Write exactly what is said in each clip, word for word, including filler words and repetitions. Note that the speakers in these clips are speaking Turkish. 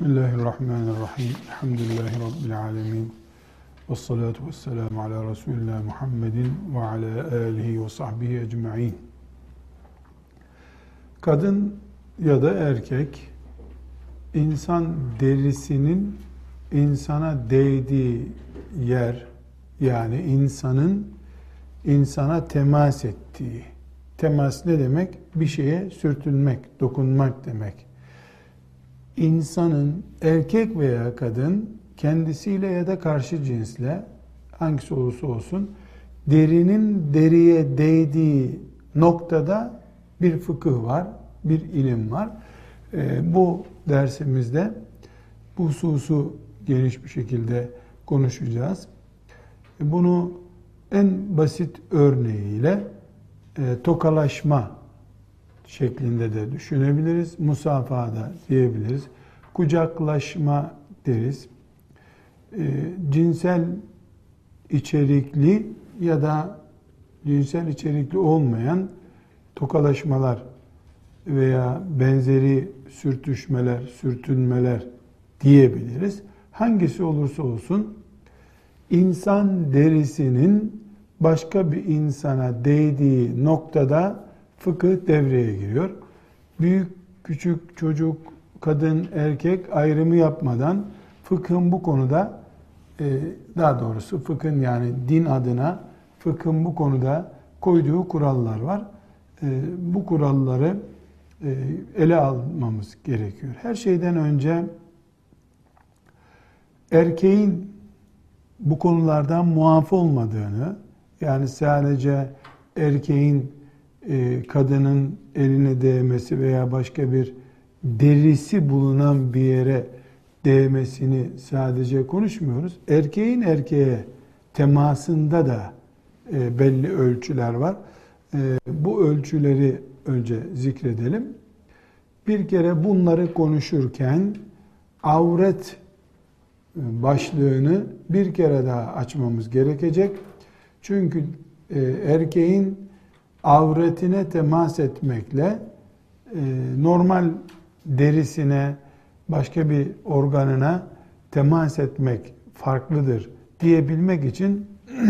Bismillahirrahmanirrahim. Elhamdülillahi Rabbil alemin. Vessalatu vesselamu ala Resulina Muhammedin ve ala alihi ve sahbihi ecma'in. Kadın ya da erkek, insan derisinin insana değdiği yer, yani insanın insana temas ettiği. Temas ne demek? Bir şeye sürtünmek, dokunmak demek. İnsanın erkek veya kadın kendisiyle ya da karşı cinsle, hangisi olursa olsun, derinin deriye değdiği noktada bir fıkıh var, bir ilim var. Ee, bu dersimizde bu hususu geniş bir şekilde konuşacağız. Bunu en basit örneğiyle e, tokalaşma şeklinde de düşünebiliriz. Musafaha da diyebiliriz. Kucaklaşma deriz. E, cinsel içerikli ya da cinsel içerikli olmayan tokalaşmalar veya benzeri sürtüşmeler, sürtünmeler diyebiliriz. Hangisi olursa olsun insan derisinin başka bir insana değdiği noktada fıkıh devreye giriyor. Büyük, küçük, çocuk, kadın, erkek ayrımı yapmadan fıkhın bu konuda, daha doğrusu fıkhın yani din adına fıkhın bu konuda koyduğu kurallar var. Bu kuralları ele almamız gerekiyor. Her şeyden önce erkeğin bu konulardan muaf olmadığını, yani sadece erkeğin kadının eline değmesi veya başka bir derisi bulunan bir yere değmesini sadece konuşmuyoruz. Erkeğin erkeğe temasında da belli ölçüler var. Bu ölçüleri önce zikredelim. Bir kere bunları konuşurken avret başlığını bir kere daha açmamız gerekecek. Çünkü erkeğin avretine temas etmekle normal derisine, başka bir organına temas etmek farklıdır diyebilmek için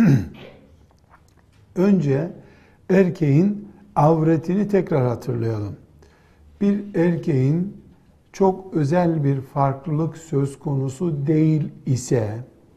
önce erkeğin avretini tekrar hatırlayalım. Bir erkeğin çok özel bir farklılık söz konusu değil ise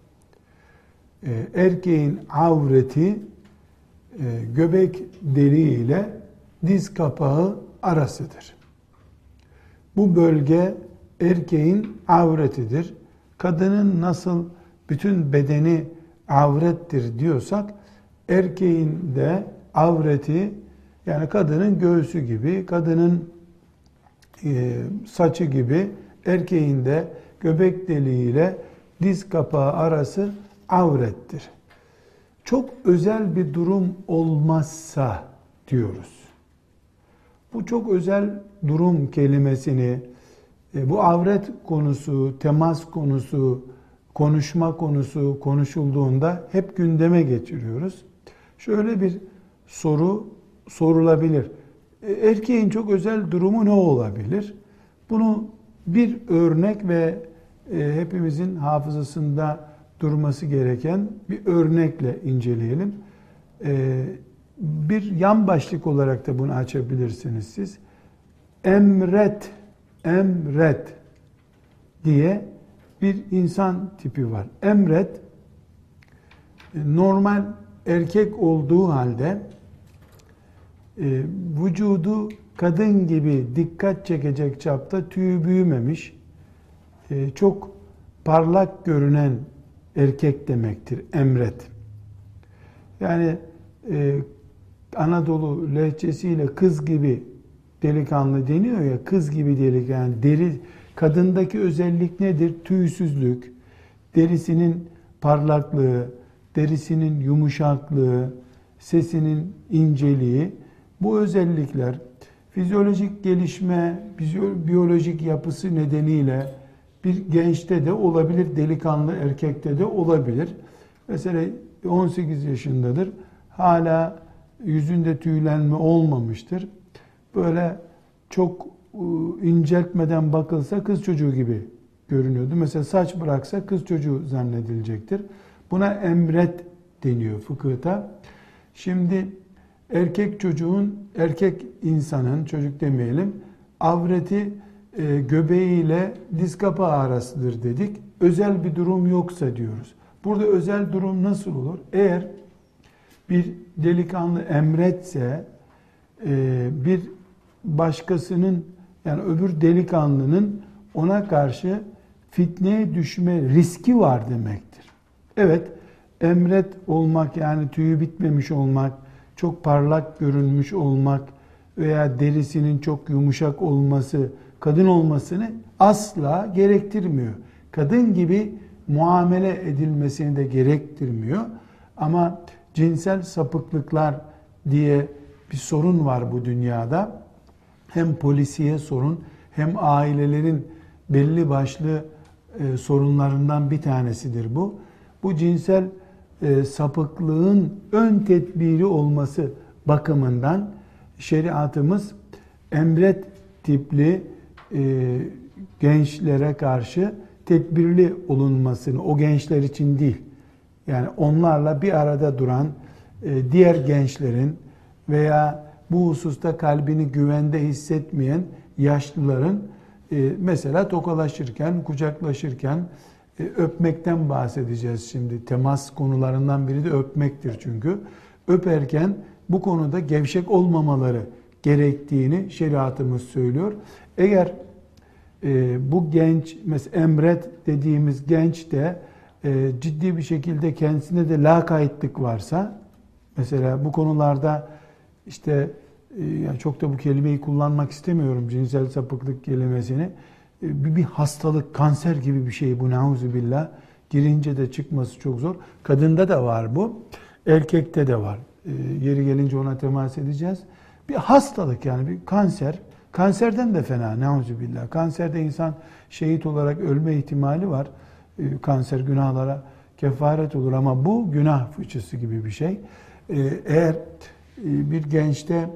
erkeğin avreti göbek deliği ile diz kapağı arasıdır. Bu bölge erkeğin avretidir. Kadının nasıl bütün bedeni avrettir diyorsak, erkeğin de avreti, yani kadının göğsü gibi, kadının e, saçı gibi, erkeğin de göbek deliği ile diz kapağı arası avrettir. Çok özel bir durum olmazsa diyoruz. Bu çok özel durum kelimesini, bu avret konusu, temas konusu, konuşma konusu konuşulduğunda hep gündeme getiriyoruz. Şöyle bir soru sorulabilir. Erkeğin çok özel durumu ne olabilir? Bunu bir örnek ve hepimizin hafızasında durması gereken bir örnekle inceleyelim. Ee, bir yan başlık olarak da bunu açabilirsiniz siz. Emret, emret diye bir insan tipi var. Emret, normal erkek olduğu halde e, vücudu kadın gibi dikkat çekecek çapta tüyü büyümemiş, e, çok parlak görünen erkek demektir emret. Yani e, Anadolu lehçesiyle kız gibi delikanlı deniyor ya, kız gibi delikanlı. Yani deri, kadındaki özellik nedir? Tüysüzlük, derisinin parlaklığı, derisinin yumuşaklığı, sesinin inceliği. Bu özellikler fizyolojik gelişme, biyolojik yapısı nedeniyle bir gençte de olabilir, delikanlı erkekte de olabilir. Mesela on sekiz yaşındadır, hala yüzünde tüylenme olmamıştır. Böyle çok inceltmeden bakılsa kız çocuğu gibi görünüyordu. Mesela saç bıraksa kız çocuğu zannedilecektir. Buna emret deniyor fıkıhta. Şimdi erkek çocuğun, erkek insanın, çocuk demeyelim, avreti e, göbeğiyle diz kapağı arasıdır dedik. Özel bir durum yoksa diyoruz. Burada özel durum nasıl olur? Eğer bir delikanlı emretse e, bir başkasının, yani öbür delikanlının ona karşı fitneye düşme riski var demektir. Evet, emret olmak, yani tüyü bitmemiş olmak, çok parlak görünmüş olmak veya derisinin çok yumuşak olması, kadın olmasını asla gerektirmiyor. Kadın gibi muamele edilmesini de gerektirmiyor. Ama cinsel sapıklıklar diye bir sorun var bu dünyada. Hem polisiye sorun, hem ailelerin belli başlı e, sorunlarından bir tanesidir bu. Bu cinsel e, sapıklığın ön tedbiri olması bakımından şeriatımız emret tipli e, gençlere karşı tedbirli olunmasını, o gençler için değil, yani onlarla bir arada duran e, diğer gençlerin veya bu hususta kalbini güvende hissetmeyen yaşlıların e, mesela tokalaşırken, kucaklaşırken e, öpmekten bahsedeceğiz şimdi. Temas konularından biri de öpmektir çünkü. Öperken bu konuda gevşek olmamaları gerektiğini şeriatımız söylüyor. Eğer e, bu genç, mesela emret dediğimiz genç de e, ciddi bir şekilde kendisinde de lakaytlık varsa, mesela bu konularda işte e, yani çok da bu kelimeyi kullanmak istemiyorum, cinsel sapıklık kelimesini, e, bir, bir hastalık, kanser gibi bir şey bu, nauzubillah, girince de çıkması çok zor. Kadında da var bu, erkekte de var. E, yeri gelince ona temas edeceğiz. Bir hastalık, yani bir kanser. Kanserden de fena, neuzubillah. Kanserde insan şehit olarak ölme ihtimali var. E, kanser günahlara kefaret olur ama bu günah fıçısı gibi bir şey. E, eğer e, bir gençte,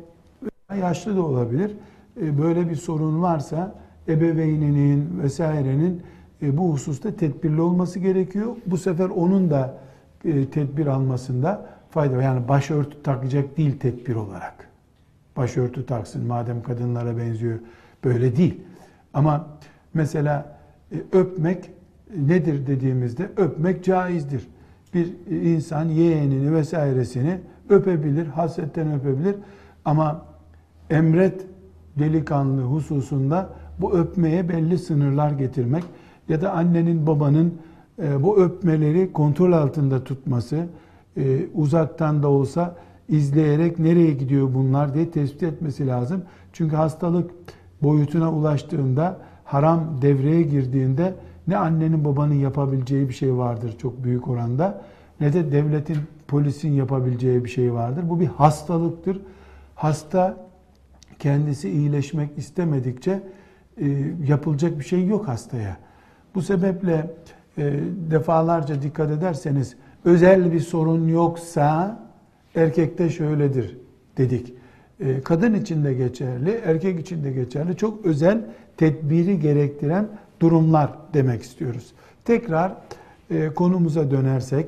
yaşlı da olabilir, e, böyle bir sorun varsa ebeveyninin vesairenin e, bu hususta tedbirli olması gerekiyor. Bu sefer onun da e, tedbir almasında fayda var. Yani başörtü takacak değil tedbir olarak. Başörtü taksın madem kadınlara benziyor. Böyle değil. Ama mesela e, öpmek nedir dediğimizde, öpmek caizdir. Bir insan yeğenini vesairesini öpebilir, hasretten öpebilir. Ama emret delikanlı hususunda bu öpmeye belli sınırlar getirmek ya da annenin babanın e, bu öpmeleri kontrol altında tutması, e, uzaktan da olsa izleyerek nereye gidiyor bunlar diye tespit etmesi lazım. Çünkü hastalık boyutuna ulaştığında, haram devreye girdiğinde ne annenin babanın yapabileceği bir şey vardır çok büyük oranda, ne de devletin, polisin yapabileceği bir şey vardır. Bu bir hastalıktır. Hasta kendisi iyileşmek istemedikçe e, yapılacak bir şey yok hastaya. Bu sebeple e, defalarca dikkat ederseniz, özel bir sorun yoksa erkekte şöyledir dedik. E, kadın için de geçerli, erkek için de geçerli. Çok özel tedbiri gerektiren durumlar demek istiyoruz. Tekrar e, konumuza dönersek,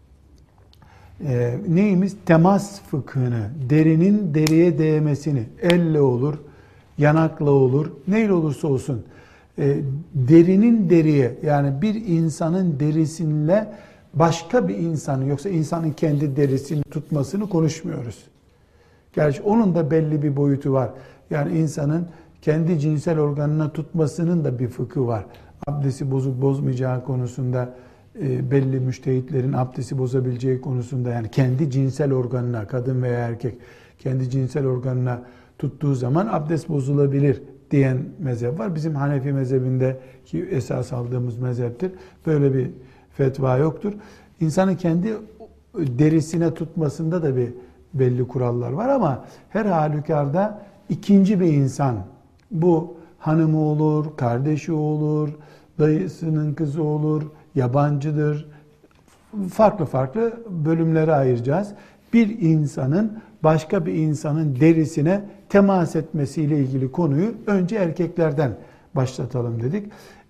e, neyimiz? Temas fıkhını, derinin deriye değmesini, elle olur, yanakla olur, neyle olursa olsun, e, derinin deriye, yani bir insanın derisinle başka bir insanın, yoksa insanın kendi derisini tutmasını konuşmuyoruz. Gerçi onun da belli bir boyutu var. Yani insanın kendi cinsel organına tutmasının da bir fıkhı var. Abdesti bozup bozmayacağı konusunda, e, belli müştehitlerin abdesti bozabileceği konusunda, yani kendi cinsel organına, kadın veya erkek kendi cinsel organına tuttuğu zaman abdest bozulabilir diyen mezhep var. Bizim Hanefi mezhebinde, ki esas aldığımız mezheptir, böyle bir fetva yoktur. İnsanın kendi derisine tutmasında da bir belli kurallar var ama her halükarda ikinci bir insan, bu hanımı olur, kardeşi olur, dayısının kızı olur, yabancıdır, farklı farklı bölümlere ayıracağız. Bir insanın başka bir insanın derisine temas etmesiyle ilgili konuyu önce erkeklerden başlatalım dedik.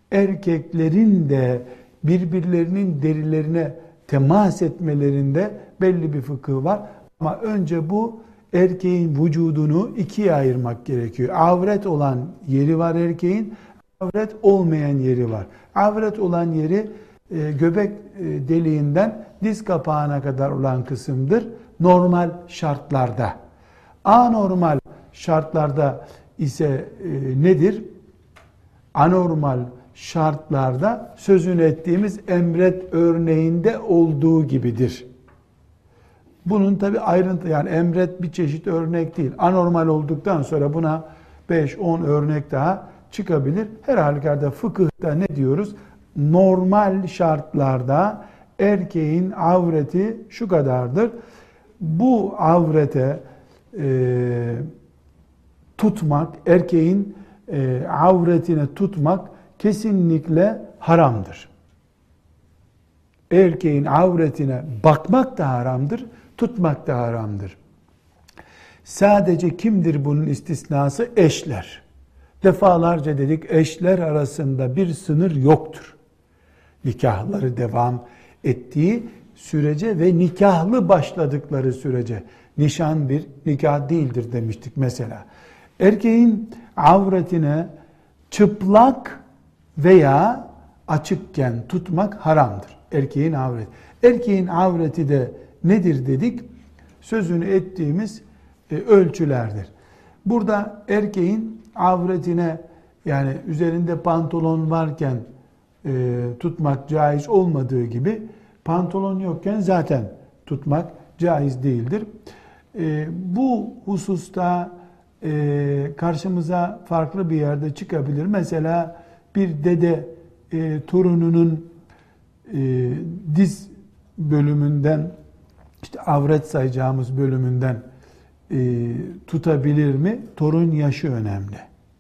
erkeklerin de birbirlerinin derilerine temas etmelerinde belli bir fıkıh var. Ama önce bu erkeğin vücudunu ikiye ayırmak gerekiyor. Avret olan yeri var erkeğin, avret olmayan yeri var. Avret olan yeri e, göbek e, deliğinden diz kapağına kadar olan kısımdır. Normal şartlarda. Anormal şartlarda ise e, nedir? Anormal şartlarda sözünü ettiğimiz emret örneğinde olduğu gibidir. Bunun tabi ayrıntı, yani emret bir çeşit örnek değil. Anormal olduktan sonra buna beş on örnek daha çıkabilir. Her halükarda fıkıhta ne diyoruz? Normal şartlarda erkeğin avreti şu kadardır. Bu avrete e, tutmak, erkeğin e, avretine tutmak kesinlikle haramdır. Erkeğin avretine bakmak da haramdır, tutmak da haramdır. Sadece kimdir bunun istisnası? Eşler. Defalarca dedik, eşler arasında bir sınır yoktur. Nikahları devam ettiği sürece ve nikahlı başladıkları sürece, nişan bir nikah değildir demiştik mesela. Erkeğin avretine çıplak veya açıkken tutmak haramdır. Erkeğin avreti. Erkeğin avreti de nedir dedik? Sözünü ettiğimiz e, ölçülerdir. Burada erkeğin avretine, yani üzerinde pantolon varken e, tutmak caiz olmadığı gibi, pantolon yokken zaten tutmak caiz değildir. E, bu hususta e, karşımıza farklı bir yerde çıkabilir. Mesela bir dede e, torununun e, diz bölümünden, işte avret sayacağımız bölümünden e, tutabilir mi? Torun yaşı önemli.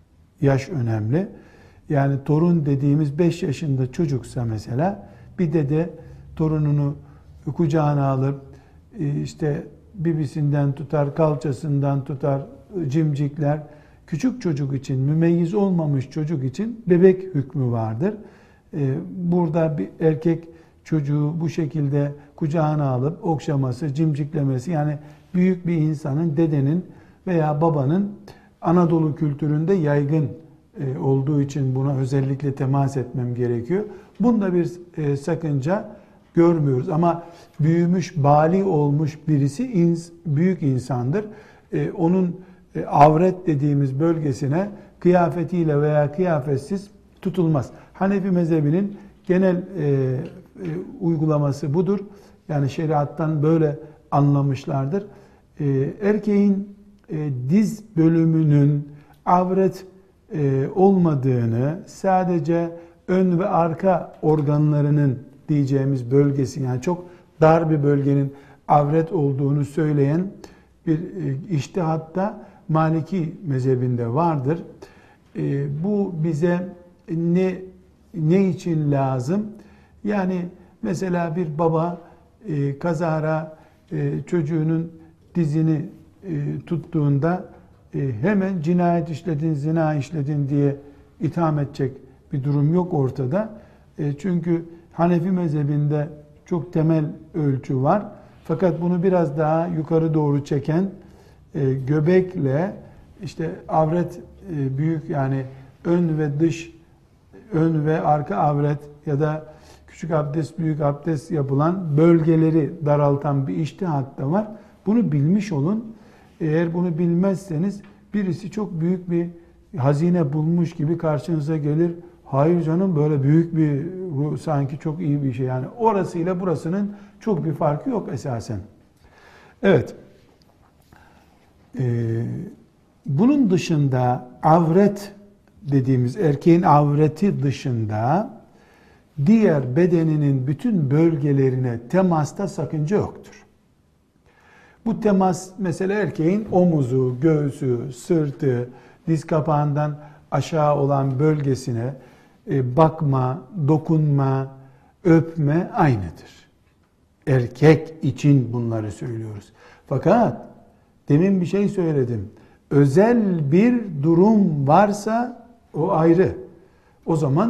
Yaş önemli. Yani torun dediğimiz beş yaşında çocuksa mesela, bir dede torununu kucağına alır, e, işte bibisinden tutar, kalçasından tutar, cimcikler. Küçük çocuk için, mümeyyiz olmamış çocuk için bebek hükmü vardır. E, burada bir erkek çocuğu bu şekilde kucağına alıp okşaması, cimciklemesi, yani büyük bir insanın, dedenin veya babanın Anadolu kültüründe yaygın e, olduğu için buna özellikle temas etmem gerekiyor. Bunda bir e, sakınca görmüyoruz. Ama büyümüş, bali olmuş birisi ins, büyük insandır. E, onun e, avret dediğimiz bölgesine kıyafetiyle veya kıyafetsiz tutulmaz. Hanefi mezhebinin genel e, e, uygulaması budur. Yani şeriattan böyle anlamışlardır. E, erkeğin e, diz bölümünün avret e, olmadığını, sadece ön ve arka organlarının diyeceğimiz bölgesi, yani çok dar bir bölgenin avret olduğunu söyleyen bir e, içtihatta Maliki mezhebinde vardır. E, bu bize ne ne için lazım? Yani mesela bir baba e, kazara e, çocuğunun dizini e, tuttuğunda e, hemen cinayet işledin, zina işledin diye itham edecek bir durum yok ortada. E, çünkü Hanefi mezhebinde çok temel ölçü var. Fakat bunu biraz daha yukarı doğru çeken e, göbekle işte avret e, büyük, yani ön ve dış, ön ve arka avret ya da küçük abdest, büyük abdest yapılan bölgeleri daraltan bir içtihat da var. Bunu bilmiş olun. Eğer bunu bilmezseniz birisi çok büyük bir hazine bulmuş gibi karşınıza gelir. Hayır canım, böyle büyük bir, sanki çok iyi bir şey. Yani orasıyla burasının çok bir farkı yok esasen. Evet. Ee, bunun dışında avret dediğimiz, erkeğin avreti dışında diğer bedeninin bütün bölgelerine temasta sakınca yoktur. Bu temas mesela erkeğin omuzu, göğsü, sırtı, diz kapağından aşağı olan bölgesine bakma, dokunma, öpme aynıdır. Erkek için bunları söylüyoruz. Fakat demin bir şey söyledim. Özel bir durum varsa o ayrı. O zaman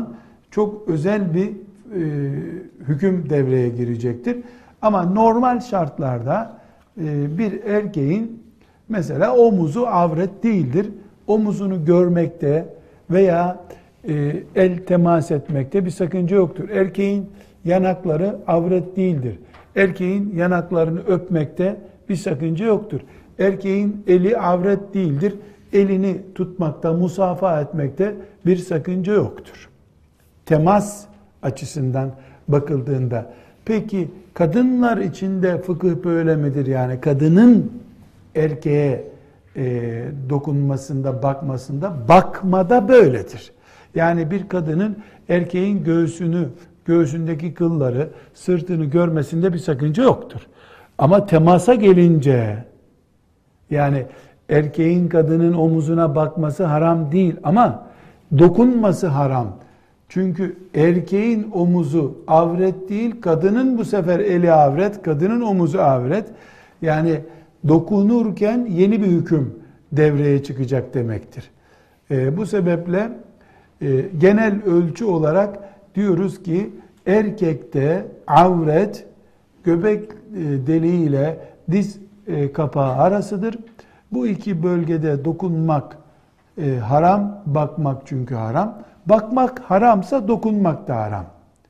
çok özel bir e, hüküm devreye girecektir. Ama normal şartlarda e, bir erkeğin mesela omuzu avret değildir. Omuzunu görmekte veya e, el temas etmekte bir sakınca yoktur. Erkeğin yanakları avret değildir. Erkeğin yanaklarını öpmekte bir sakınca yoktur. Erkeğin eli avret değildir. Elini tutmakta, musafaha etmekte bir sakınca yoktur. Temas açısından bakıldığında. Peki kadınlar için de fıkıh böyle midir? Yani kadının erkeğe e, dokunmasında, bakmasında, bakmada böyledir. Yani bir kadının erkeğin göğsünü, göğsündeki kılları, sırtını görmesinde bir sakınca yoktur. Ama temasa gelince, yani erkeğin kadının omuzuna bakması haram değil ama dokunması haram. Çünkü erkeğin omuzu avret değil, kadının bu sefer eli avret, kadının omuzu avret. Yani dokunurken yeni bir hüküm devreye çıkacak demektir. E, bu sebeple e, genel ölçü olarak diyoruz ki erkekte avret göbek e, deliği ile diz e, kapağı arasıdır. Bu iki bölgede dokunmak e, haram, bakmak çünkü haram. Bakmak haramsa dokunmak da haram.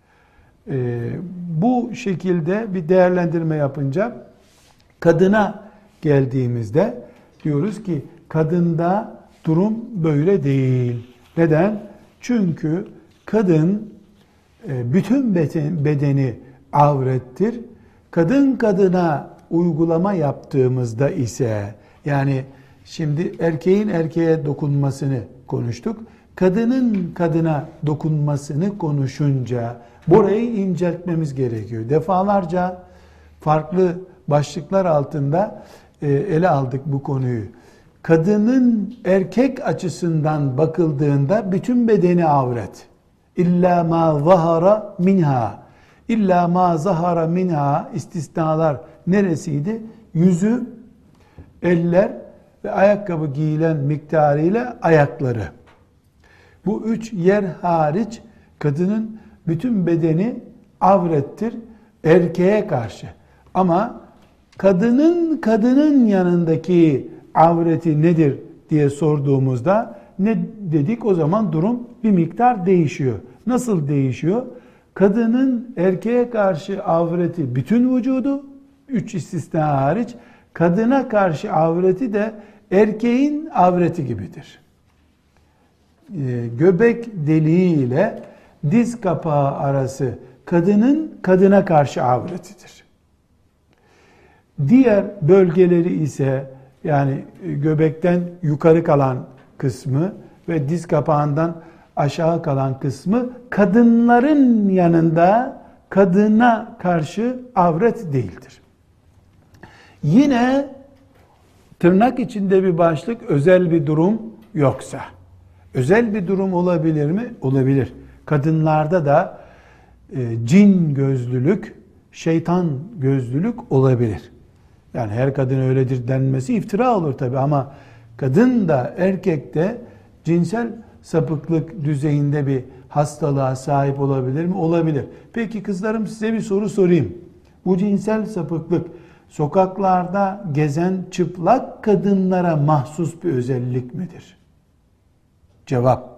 E, bu şekilde bir değerlendirme yapınca kadına geldiğimizde diyoruz ki kadında durum böyle değil. Neden? Çünkü kadın e, bütün bedeni avrettir. Kadın kadına uygulama yaptığımızda ise, yani şimdi erkeğin erkeğe dokunmasını konuştuk. Kadının kadına dokunmasını konuşunca burayı inceltmemiz gerekiyor. Defalarca farklı başlıklar altında ele aldık bu konuyu. Kadının erkek açısından bakıldığında bütün bedeni avret. İlla ma zahara minha. İlla ma zahara minha, istisnalar neresiydi? Yüzü, eller ve ayakkabı giyilen miktarıyla ayakları. Bu üç yer hariç kadının bütün bedeni avrettir erkeğe karşı. Ama kadının kadının yanındaki avreti nedir diye sorduğumuzda ne dedik? O zaman durum bir miktar değişiyor. Nasıl değişiyor? Kadının erkeğe karşı avreti bütün vücudu, üç istisna hariç, kadına karşı avreti de erkeğin avreti gibidir. Göbek deliği ile diz kapağı arası kadının kadına karşı avretidir. Diğer bölgeleri ise, yani göbekten yukarı kalan kısmı ve diz kapağından aşağı kalan kısmı kadınların yanında kadına karşı avret değildir. Yine tırnak içinde bir başlık, özel bir durum yoksa. Özel bir durum olabilir mi? Olabilir. Kadınlarda da e, cin gözlülük, şeytan gözlülük olabilir. Yani her kadın öyledir denmesi iftira olur tabi, ama kadın da erkek de cinsel sapıklık düzeyinde bir hastalığa sahip olabilir mi? Olabilir. Peki kızlarım, size bir soru sorayım. Bu cinsel sapıklık sokaklarda gezen çıplak kadınlara mahsus bir özellik midir? Cevap: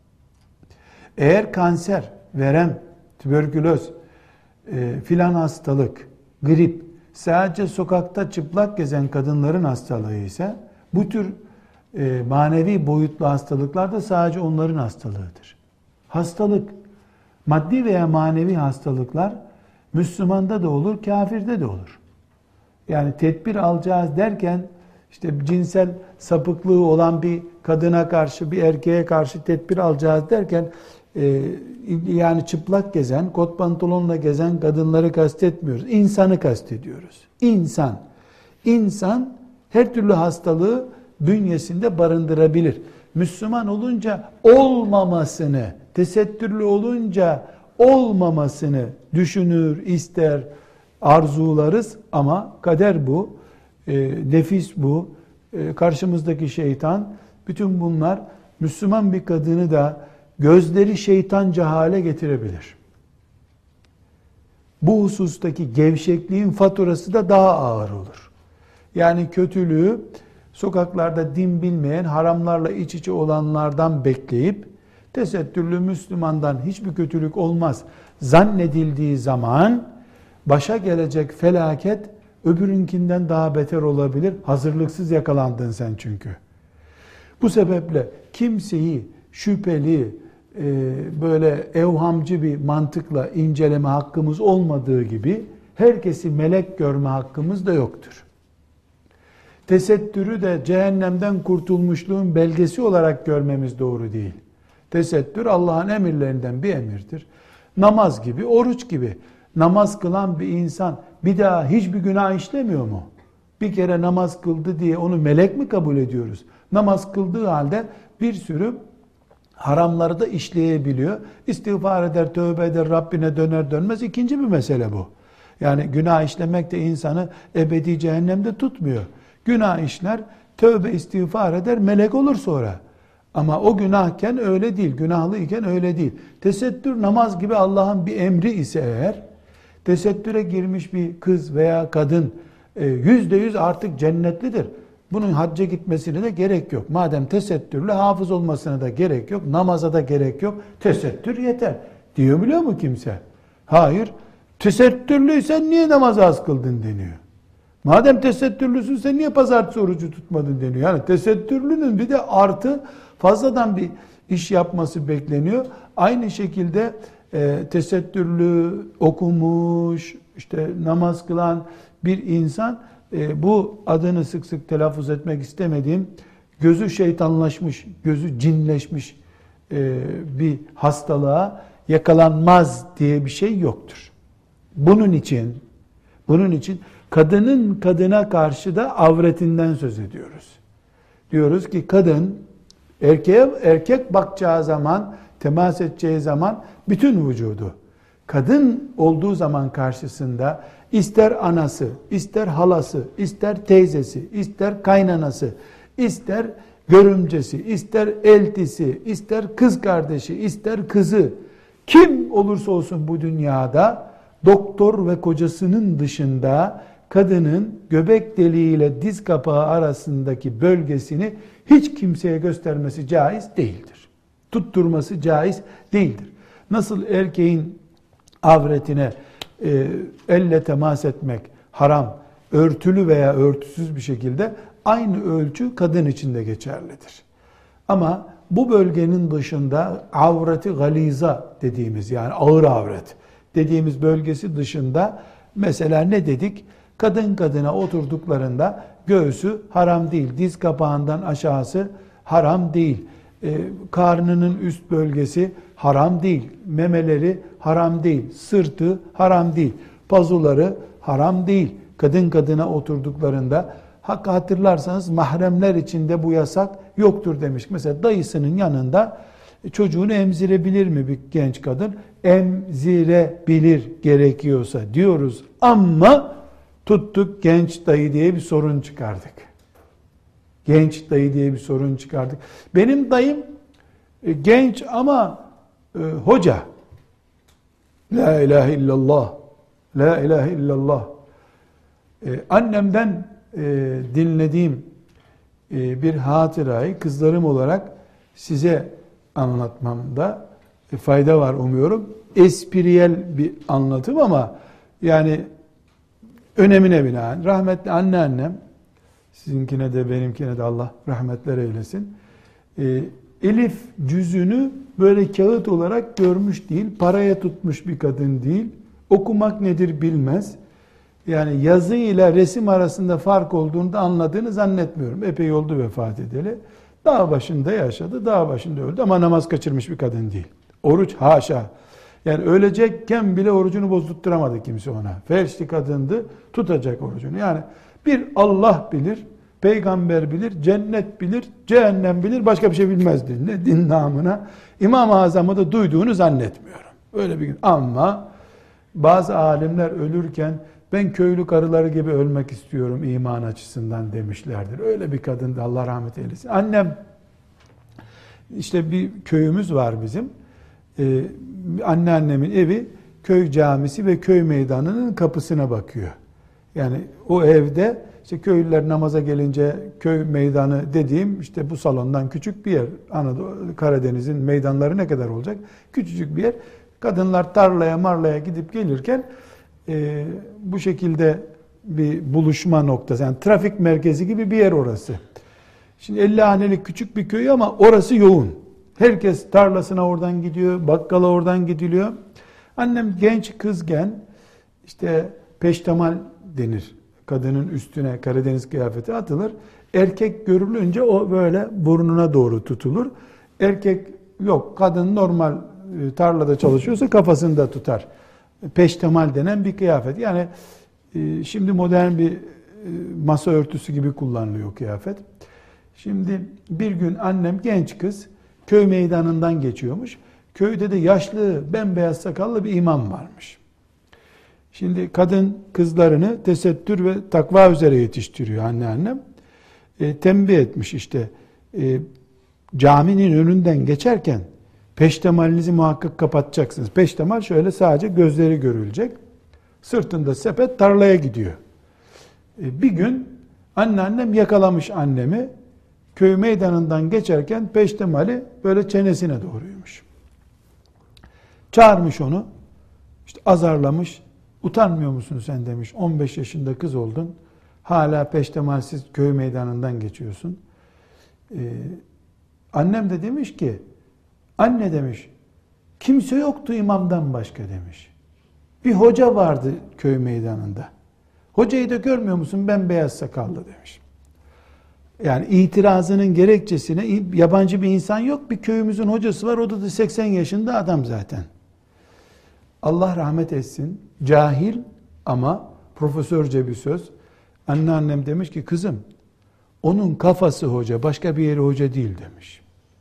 eğer kanser, verem, tüberküloz, e, filan hastalık, grip sadece sokakta çıplak gezen kadınların hastalığı ise, bu tür e, manevi boyutlu hastalıklar da sadece onların hastalığıdır. Hastalık, maddi veya manevi hastalıklar Müslümanda da olur, kafirde de olur. Yani tedbir alacağız derken, işte cinsel sapıklığı olan bir kadına karşı, bir erkeğe karşı tedbir alacağız derken, e, yani çıplak gezen, kot pantolonla gezen kadınları kastetmiyoruz. İnsanı kastediyoruz. İnsan. İnsan her türlü hastalığı bünyesinde barındırabilir. Müslüman olunca olmamasını, tesettürlü olunca olmamasını düşünür, ister, arzularız, ama kader bu, e, nefis bu, e, karşımızdaki şeytan, bütün bunlar Müslüman bir kadını da gözleri şeytanca hale getirebilir. Bu husustaki gevşekliğin faturası da daha ağır olur. Yani kötülüğü sokaklarda din bilmeyen, haramlarla iç içe olanlardan bekleyip tesettürlü Müslümandan hiçbir kötülük olmaz zannedildiği zaman başa gelecek felaket öbürünkinden daha beter olabilir. Hazırlıksız yakalandın sen çünkü. Bu sebeple kimseyi şüpheli, böyle evhamcı bir mantıkla inceleme hakkımız olmadığı gibi herkesi melek görme hakkımız da yoktur. Tesettürü de cehennemden kurtulmuşluğun belgesi olarak görmemiz doğru değil. Tesettür Allah'ın emirlerinden bir emirdir. Namaz gibi, oruç gibi. Namaz kılan bir insan bir daha hiçbir günah işlemiyor mu? Bir kere namaz kıldı diye onu melek mi kabul ediyoruz? Namaz kıldığı halde bir sürü haramları da işleyebiliyor. İstiğfar eder, tövbe eder, Rabbine döner dönmez ikinci bir mesele bu. Yani günah işlemek de insanı ebedi cehennemde tutmuyor. Günah işler, tövbe istiğfar eder, melek olur sonra. Ama o günahken öyle değil, günahlıyken öyle değil. Tesettür namaz gibi Allah'ın bir emri ise eğer, tesettüre girmiş bir kız veya kadın yüzde yüz artık cennetlidir. Bunun hacca gitmesine de gerek yok. Madem tesettürlü, hafız olmasına da gerek yok, namaza da gerek yok, tesettür yeter. Diyor biliyor mu kimse? Hayır, tesettürlüysen niye namazı az kıldın deniyor. Madem tesettürlüsün sen niye pazartesi orucu tutmadın deniyor. Yani tesettürlünün bir de artı fazladan bir iş yapması bekleniyor. Aynı şekilde e, tesettürlü, okumuş, işte namaz kılan bir insan e, bu adını sık sık telaffuz etmek istemediğim gözü şeytanlaşmış, gözü cinleşmiş e, bir hastalığa yakalanmaz diye bir şey yoktur. Bunun için bunun için kadının kadına karşı da avretinden söz ediyoruz. Diyoruz ki kadın erkeğe erkek bakacağı zaman, temas edeceği zaman bütün vücudu. Kadın olduğu zaman karşısında ister anası, ister halası, ister teyzesi, ister kaynanası, ister görümcesi, ister eltisi, ister kız kardeşi, ister kızı, kim olursa olsun bu dünyada doktor ve kocasının dışında kadının göbek deliğiyle diz kapağı arasındaki bölgesini hiç kimseye göstermesi caiz değildir. Tutturması caiz değildir. Nasıl erkeğin avretine e, elle temas etmek haram, örtülü veya örtüsüz bir şekilde aynı ölçü kadın için de geçerlidir. Ama bu bölgenin dışında avreti galiza dediğimiz, yani ağır avret dediğimiz bölgesi dışında mesela ne dedik? Kadın kadına oturduklarında göğsü haram değil, diz kapağından aşağısı haram değil, e, karnının üst bölgesi haram değil, memeleri haram değil, sırtı haram değil, pazuları haram değil. Kadın kadına oturduklarında, hakkı hatırlarsanız mahremler içinde bu yasak yoktur demiş. Mesela dayısının yanında çocuğunu emzirebilir mi bir genç kadın? Emzirebilir gerekiyorsa diyoruz ama tuttuk genç dayı diye bir sorun çıkardık. Genç dayı diye bir sorun çıkardık. Benim dayım e, genç ama e, hoca. La ilahe illallah. La ilahe illallah. E, annemden e, dinlediğim e, bir hatırayı kızlarım olarak size anlatmamda e, fayda var umuyorum. Espriyel bir anlatım ama yani önemine binaen rahmetli anneannem, sizinkine de benimkine de Allah rahmetler eylesin, e, elif cüzünü böyle kağıt olarak görmüş değil, paraya tutmuş bir kadın değil, okumak nedir bilmez. Yani yazı ile resim arasında fark olduğunu da anladığını zannetmiyorum. Epey oldu vefat edeli. Dağ başında yaşadı, dağ başında öldü ama namaz kaçırmış bir kadın değil. Oruç haşa. Yani ölecekken bile orucunu bozdurtturamadı kimse ona. Felçli kadındı, tutacak orucunu. Yani bir Allah bilir, peygamber bilir, cennet bilir, cehennem bilir, başka bir şey bilmezdi. Ne din namına. İmam-ı Azam'ı da duyduğunu zannetmiyorum. Öyle bir gün. Ama bazı alimler ölürken ben köylü karıları gibi ölmek istiyorum iman açısından demişlerdir. Öyle bir kadındı, Allah rahmet eylesin. Annem İşte bir köyümüz var bizim. Ee, anneannemin evi köy camisi ve köy meydanının kapısına bakıyor. Yani o evde işte köylüler namaza gelince köy meydanı dediğim işte bu salondan küçük bir yer. Anadolu, Karadeniz'in meydanları ne kadar olacak? Küçücük bir yer. Kadınlar tarlaya marlaya gidip gelirken e, bu şekilde bir buluşma noktası. Yani trafik merkezi gibi bir yer orası. Şimdi elli hanelik küçük bir köy ama orası yoğun. Herkes tarlasına oradan gidiyor, bakkala oradan gidiliyor. Annem genç kızken işte peştemal denir. Kadının üstüne Karadeniz kıyafeti atılır. Erkek görülünce o böyle burnuna doğru tutulur. Erkek yok, kadın normal tarlada çalışıyorsa kafasını da tutar. Peştemal denen bir kıyafet. Yani şimdi modern bir masa örtüsü gibi kullanılıyor o kıyafet. Şimdi bir gün annem genç kız köy meydanından geçiyormuş. Köyde de yaşlı, bembeyaz sakallı bir imam varmış. Şimdi kadın kızlarını tesettür ve takva üzere yetiştiriyor anneannem. E, tembih etmiş işte e, caminin önünden geçerken peştemalinizi muhakkak kapatacaksınız. Peştemal şöyle sadece gözleri görülecek. Sırtında sepet tarlaya gidiyor. E, bir gün anneannem yakalamış annemi. Köy meydanından geçerken peştemali böyle çenesine doğruymuş. Çağırmış onu. İşte azarlamış. Utanmıyor musun sen demiş. on beş yaşında kız oldun. Hala peştemalsiz köy meydanından geçiyorsun. Ee, annem de demiş ki, anne demiş, kimse yoktu imamdan başka demiş. Bir hoca vardı köy meydanında. Hocayı da görmüyor musun? Bembeyaz sakallı demiş. Yani itirazının gerekçesine yabancı bir insan yok. Bir köyümüzün hocası var. O da seksen yaşında adam zaten. Allah rahmet etsin. Cahil ama profesörce bir söz. Anneannem demiş ki kızım onun kafası hoca, başka bir yeri hoca değil demiş.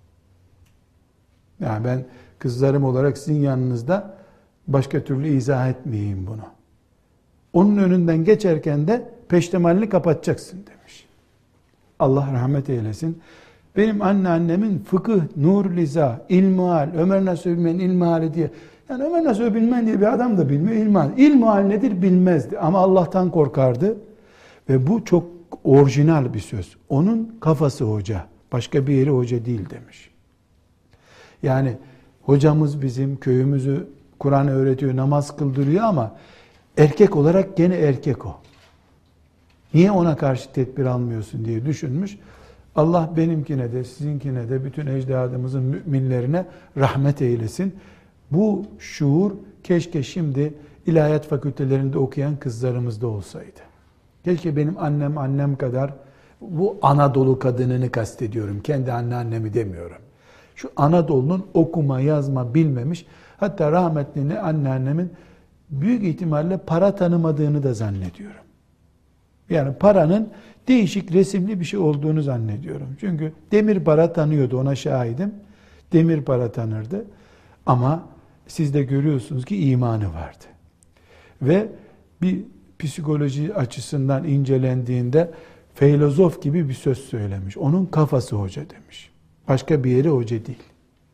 Yani ben kızlarım olarak sizin yanınızda başka türlü izah etmeyeyim bunu. Onun önünden geçerken de peştemalini kapatacaksın demiş. Allah rahmet eylesin. Benim anneannemin fıkıh, nur liza, ilmihal, Ömer Nasuh Bilmen ilmihali diye. Yani Ömer Nasuh Bilmen diye bir adam da bilmiyor ilmihal. İlmihal nedir bilmezdi ama Allah'tan korkardı. Ve bu çok orijinal bir söz. Onun kafası hoca, başka bir yeri hoca değil demiş. Yani hocamız bizim köyümüzü Kur'an öğretiyor, namaz kıldırıyor ama erkek olarak gene erkek o. Niye ona karşı tedbir almıyorsun diye düşünmüş. Allah benimkine de sizinkine de bütün ecdadımızın müminlerine rahmet eylesin. Bu şuur keşke şimdi ilahiyat fakültelerinde okuyan kızlarımızda olsaydı. Keşke benim annem annem kadar, bu Anadolu kadınını kastediyorum. Kendi anneannemi demiyorum. Şu Anadolu'nun okuma yazma bilmemiş, hatta rahmetli anneannemin büyük ihtimalle para tanımadığını da zannediyorum. Yani paranın değişik resimli bir şey olduğunu zannediyorum. Çünkü demir para tanıyordu, ona şahidim. Demir para tanırdı. Ama siz de görüyorsunuz ki imanı vardı. Ve bir psikoloji açısından incelendiğinde filozof gibi bir söz söylemiş. Onun kafası hoca demiş. Başka bir yeri hoca değil.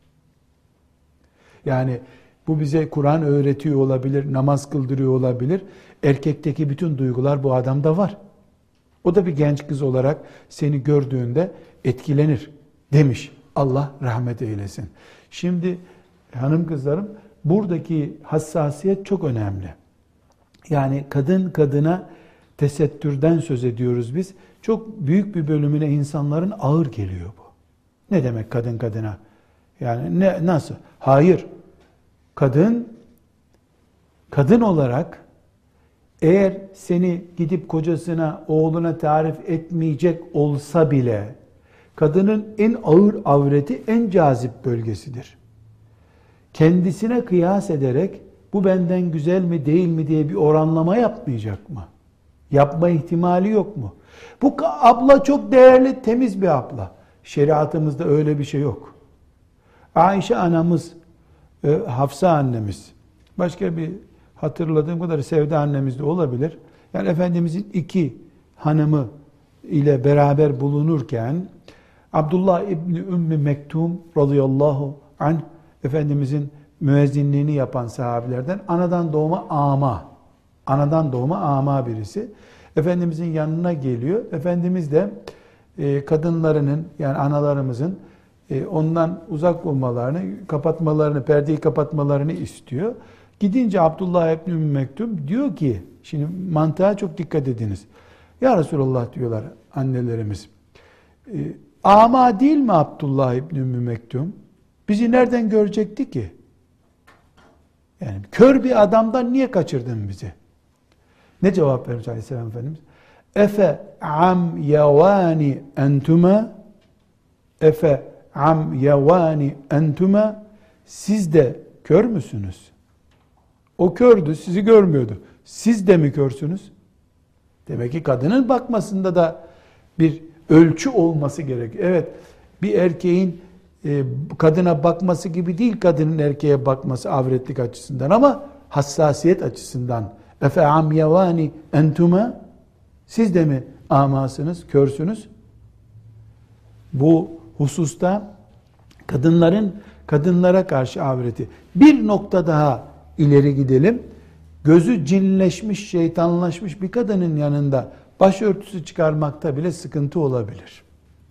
Yani bu bize Kur'an öğretiyor olabilir, namaz kıldırıyor olabilir. Erkekteki bütün duygular bu adamda var. O da bir genç kız olarak seni gördüğünde etkilenir demiş. Allah rahmet eylesin. Şimdi hanım kızlarım, buradaki hassasiyet çok önemli. Yani kadın kadına tesettürden söz ediyoruz biz. Çok büyük bir bölümüne insanların ağır geliyor bu. Ne demek kadın kadına? Yani ne, nasıl? Hayır. Kadın, kadın olarak eğer seni gidip kocasına, oğluna tarif etmeyecek olsa bile, kadının en ağır avreti en cazip bölgesidir. Kendisine kıyas ederek, bu benden güzel mi değil mi diye bir oranlama yapmayacak mı? Yapma ihtimali yok mu? Bu abla çok değerli, temiz bir abla. Şeriatımızda öyle bir şey yok. Ayşe anamız, Hafsa annemiz, başka bir hatırladığım kadar Sevda annemiz de olabilir. Yani Efendimizin iki hanımı ile beraber bulunurken Abdullah İbni Ümmü Mektum radıyallahu anh, Efendimizin müezzinliğini yapan sahabilerden, anadan doğma ama, anadan doğma ama birisi. Efendimizin yanına geliyor. Efendimiz de e, kadınlarının, yani analarımızın e, ondan uzak olmalarını, kapatmalarını, perdeyi kapatmalarını istiyor. Gidince Abdullah İbni Ümmü Mektum diyor ki, şimdi mantığa çok dikkat ediniz. Ya Resulallah diyorlar annelerimiz, e, ama değil mi Abdullah İbni Ümmü Mektum? Bizi nereden görecekti ki? Yani kör bir adamdan niye kaçırdın bizi? Ne cevap vermiş Aleyhisselam Efendimiz? Efe am yevani entuma, Efe am yevani entuma, siz de kör müsünüz? O kördü, sizi görmüyordu. Siz de mi körsünüz? Demek ki kadının bakmasında da bir ölçü olması gerekiyor. Evet, bir erkeğin e, kadına bakması gibi değil, kadının erkeğe bakması avretlik açısından, ama hassasiyet açısından. Efe am yevani entuma, siz de mi amasınız, körsünüz? Bu hususta kadınların kadınlara karşı avreti. Bir nokta daha ileri gidelim. Gözü cinleşmiş, şeytanlaşmış bir kadının yanında başörtüsü çıkarmakta bile sıkıntı olabilir.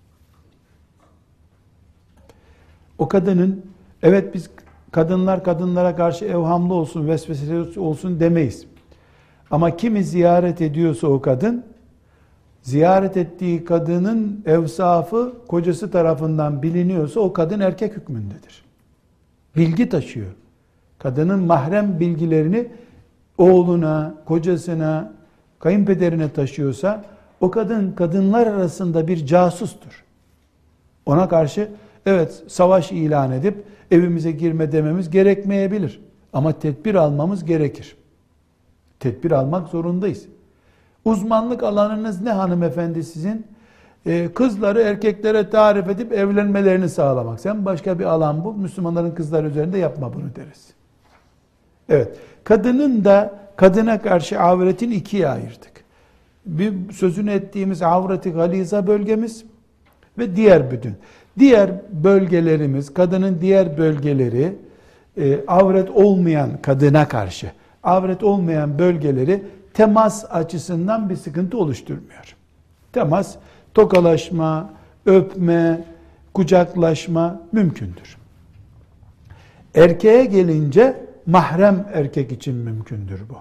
O kadının, evet biz kadınlar kadınlara karşı evhamlı olsun, vesveseli olsun demeyiz. Ama kimi ziyaret ediyorsa o kadın, ziyaret ettiği kadının evsafı kocası tarafından biliniyorsa o kadın erkek hükmündedir. Bilgi taşıyor. Kadının mahrem bilgilerini oğluna, kocasına, kayınpederine taşıyorsa o kadın kadınlar arasında bir casustur. Ona karşı evet savaş ilan edip evimize girme dememiz gerekmeyebilir. Ama tedbir almamız gerekir. Tedbir almak zorundayız. Uzmanlık alanınız ne hanımefendi sizin? Ee, kızları erkeklere tarif edip evlenmelerini sağlamak. Sen başka bir alan bul. Müslümanların kızları üzerinde yapma bunu deriz. Evet. Kadının da kadına karşı avretin ikiye ayırdık. Bir sözünü ettiğimiz avreti galiza bölgemiz ve diğer bütün. Diğer bölgelerimiz, kadının diğer bölgeleri e, avret olmayan kadına karşı, avret olmayan bölgeleri temas açısından bir sıkıntı oluşturmuyor. Temas, tokalaşma, öpme, kucaklaşma mümkündür. Erkeğe gelince mahrem erkek için mümkündür bu.